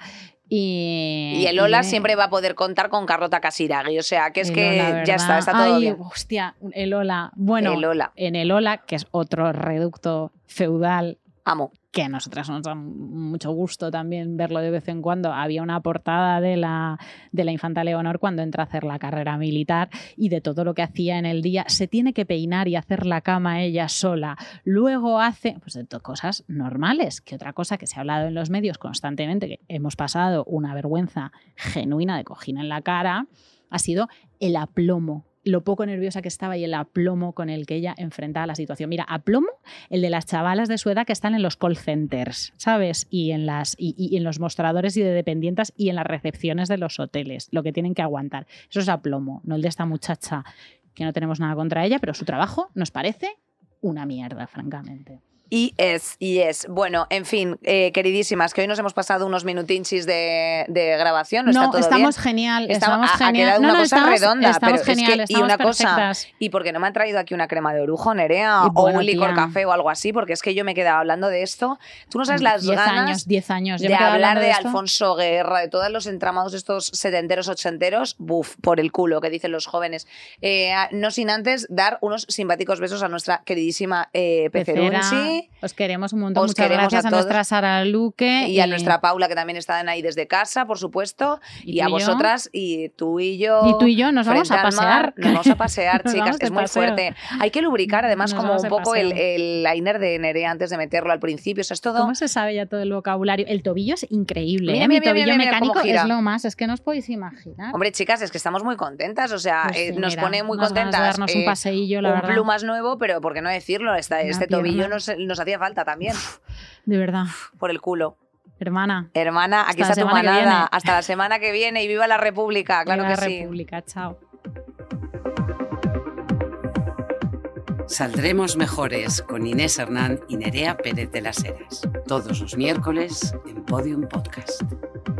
C: Y,
D: Y el Ola
C: y-
D: siempre va a poder contar con Carlota Casiraghi, o sea, que es
C: el
D: que
C: Ola,
D: ya
C: ¿verdad?
D: está, está todo
C: Ay,
D: bien.
C: hostia, el Ola. Bueno,
D: El Ola.
C: en el Ola, que es otro reducto feudal,
D: Amo.
C: que a nosotras nos da mucho gusto también verlo de vez en cuando. Había una portada de la, de la infanta Leonor cuando entra a hacer la carrera militar y de todo lo que hacía en el día. Se tiene que peinar y hacer la cama ella sola. Luego hace pues, de to- cosas normales, que otra cosa que se ha hablado en los medios constantemente, que hemos pasado una vergüenza genuina de cojín en la cara, ha sido el aplomo. Lo poco nerviosa que estaba y el aplomo con el que ella enfrentaba la situación. Mira, aplomo, el de las chavalas de su edad que están en los call centers, ¿sabes? Y en, las, y, y en los mostradores y de dependientes y en las recepciones de los hoteles, lo que tienen que aguantar. Eso es aplomo, no el de esta muchacha, que no tenemos nada contra ella, pero su trabajo nos parece una mierda, francamente.
D: Y es, y es. Bueno, en fin, eh, queridísimas, que hoy nos hemos pasado unos minutinchis de, de grabación, ¿no,
C: No,
D: está todo
C: estamos
D: bien?
C: genial,
D: Está-
C: estamos
D: ha- ha
C: genial.
D: quedado
C: No,
D: una
C: no,
D: cosa
C: estamos-
D: redonda,
C: estamos
D: pero
C: genial,
D: es que, y
C: estamos
D: una cosa,
C: perfectas.
D: ¿y por qué no me han traído aquí una crema de orujo, Nerea?
C: Y bueno,
D: o un licor
C: tía.
D: café o algo así, porque es que yo me he quedado hablando de esto. Tú no sabes las
C: diez
D: ganas
C: años, diez años. Yo
D: de
C: me he quedado
D: hablar
C: hablando
D: de,
C: esto.
D: Alfonso Guerra, de todos los entramados estos setenteros, ochenteros, buf, por el culo, que dicen los jóvenes. Eh, no sin antes dar unos simpáticos besos a nuestra queridísima eh,
C: Pecera,
D: Pecerunchi.
C: os queremos un montón.
D: Os
C: Muchas
D: queremos
C: gracias
D: a
C: a,
D: todos.
C: nuestra Sara Luque.
D: Y a nuestra Paula, que también están ahí desde casa, por supuesto.
C: ¿Y
D: Y,
C: tú
D: a
C: y yo?
D: vosotras, y tú y yo.
C: Y tú y yo nos vamos
D: frente
C: a
D: al mar,
C: pasear.
D: Nos vamos a pasear,
C: Nos
D: chicas.
C: vamos de
D: Es muy
C: paseo.
D: fuerte. Hay que lubricar, además,
C: Nos
D: como
C: vamos
D: un
C: de
D: poco el,
C: paseo.
D: el liner de Nerea antes de meterlo al principio. O sea, es todo.
C: ¿Cómo se sabe ya todo el vocabulario? El tobillo es increíble.
D: Mira,
C: ¿eh?
D: mira,
C: Mi tobillo
D: mira, mira, mira cómo
C: mecánico
D: gira.
C: es lo más. Es que no os podéis imaginar.
D: Hombre, chicas, es que estamos muy contentas. O sea,
C: Pues sí,
D: eh, nos
C: mira,
D: pone muy
C: unas ganas de
D: contentas.
C: darnos un
D: eh,
C: paseillo, la
D: un
C: verdad.
D: plumas nuevo, pero ¿por qué no decirlo? Esta-
C: Una
D: este
C: pierna.
D: tobillo nos, nos hacía falta también.
C: De verdad.
D: Por el culo.
C: Hermana.
D: Hermana, aquí
C: Hasta
D: está
C: la
D: tu
C: semana que
D: manada.
C: viene.
D: Hasta la semana que viene y viva la República. Claro
C: Viva
D: que
C: la
D: sí.
C: República. Chao.
B: Saldremos mejores con Inés Hernán y Nerea Pérez de las Heras. Todos los miércoles en Podium Podcast.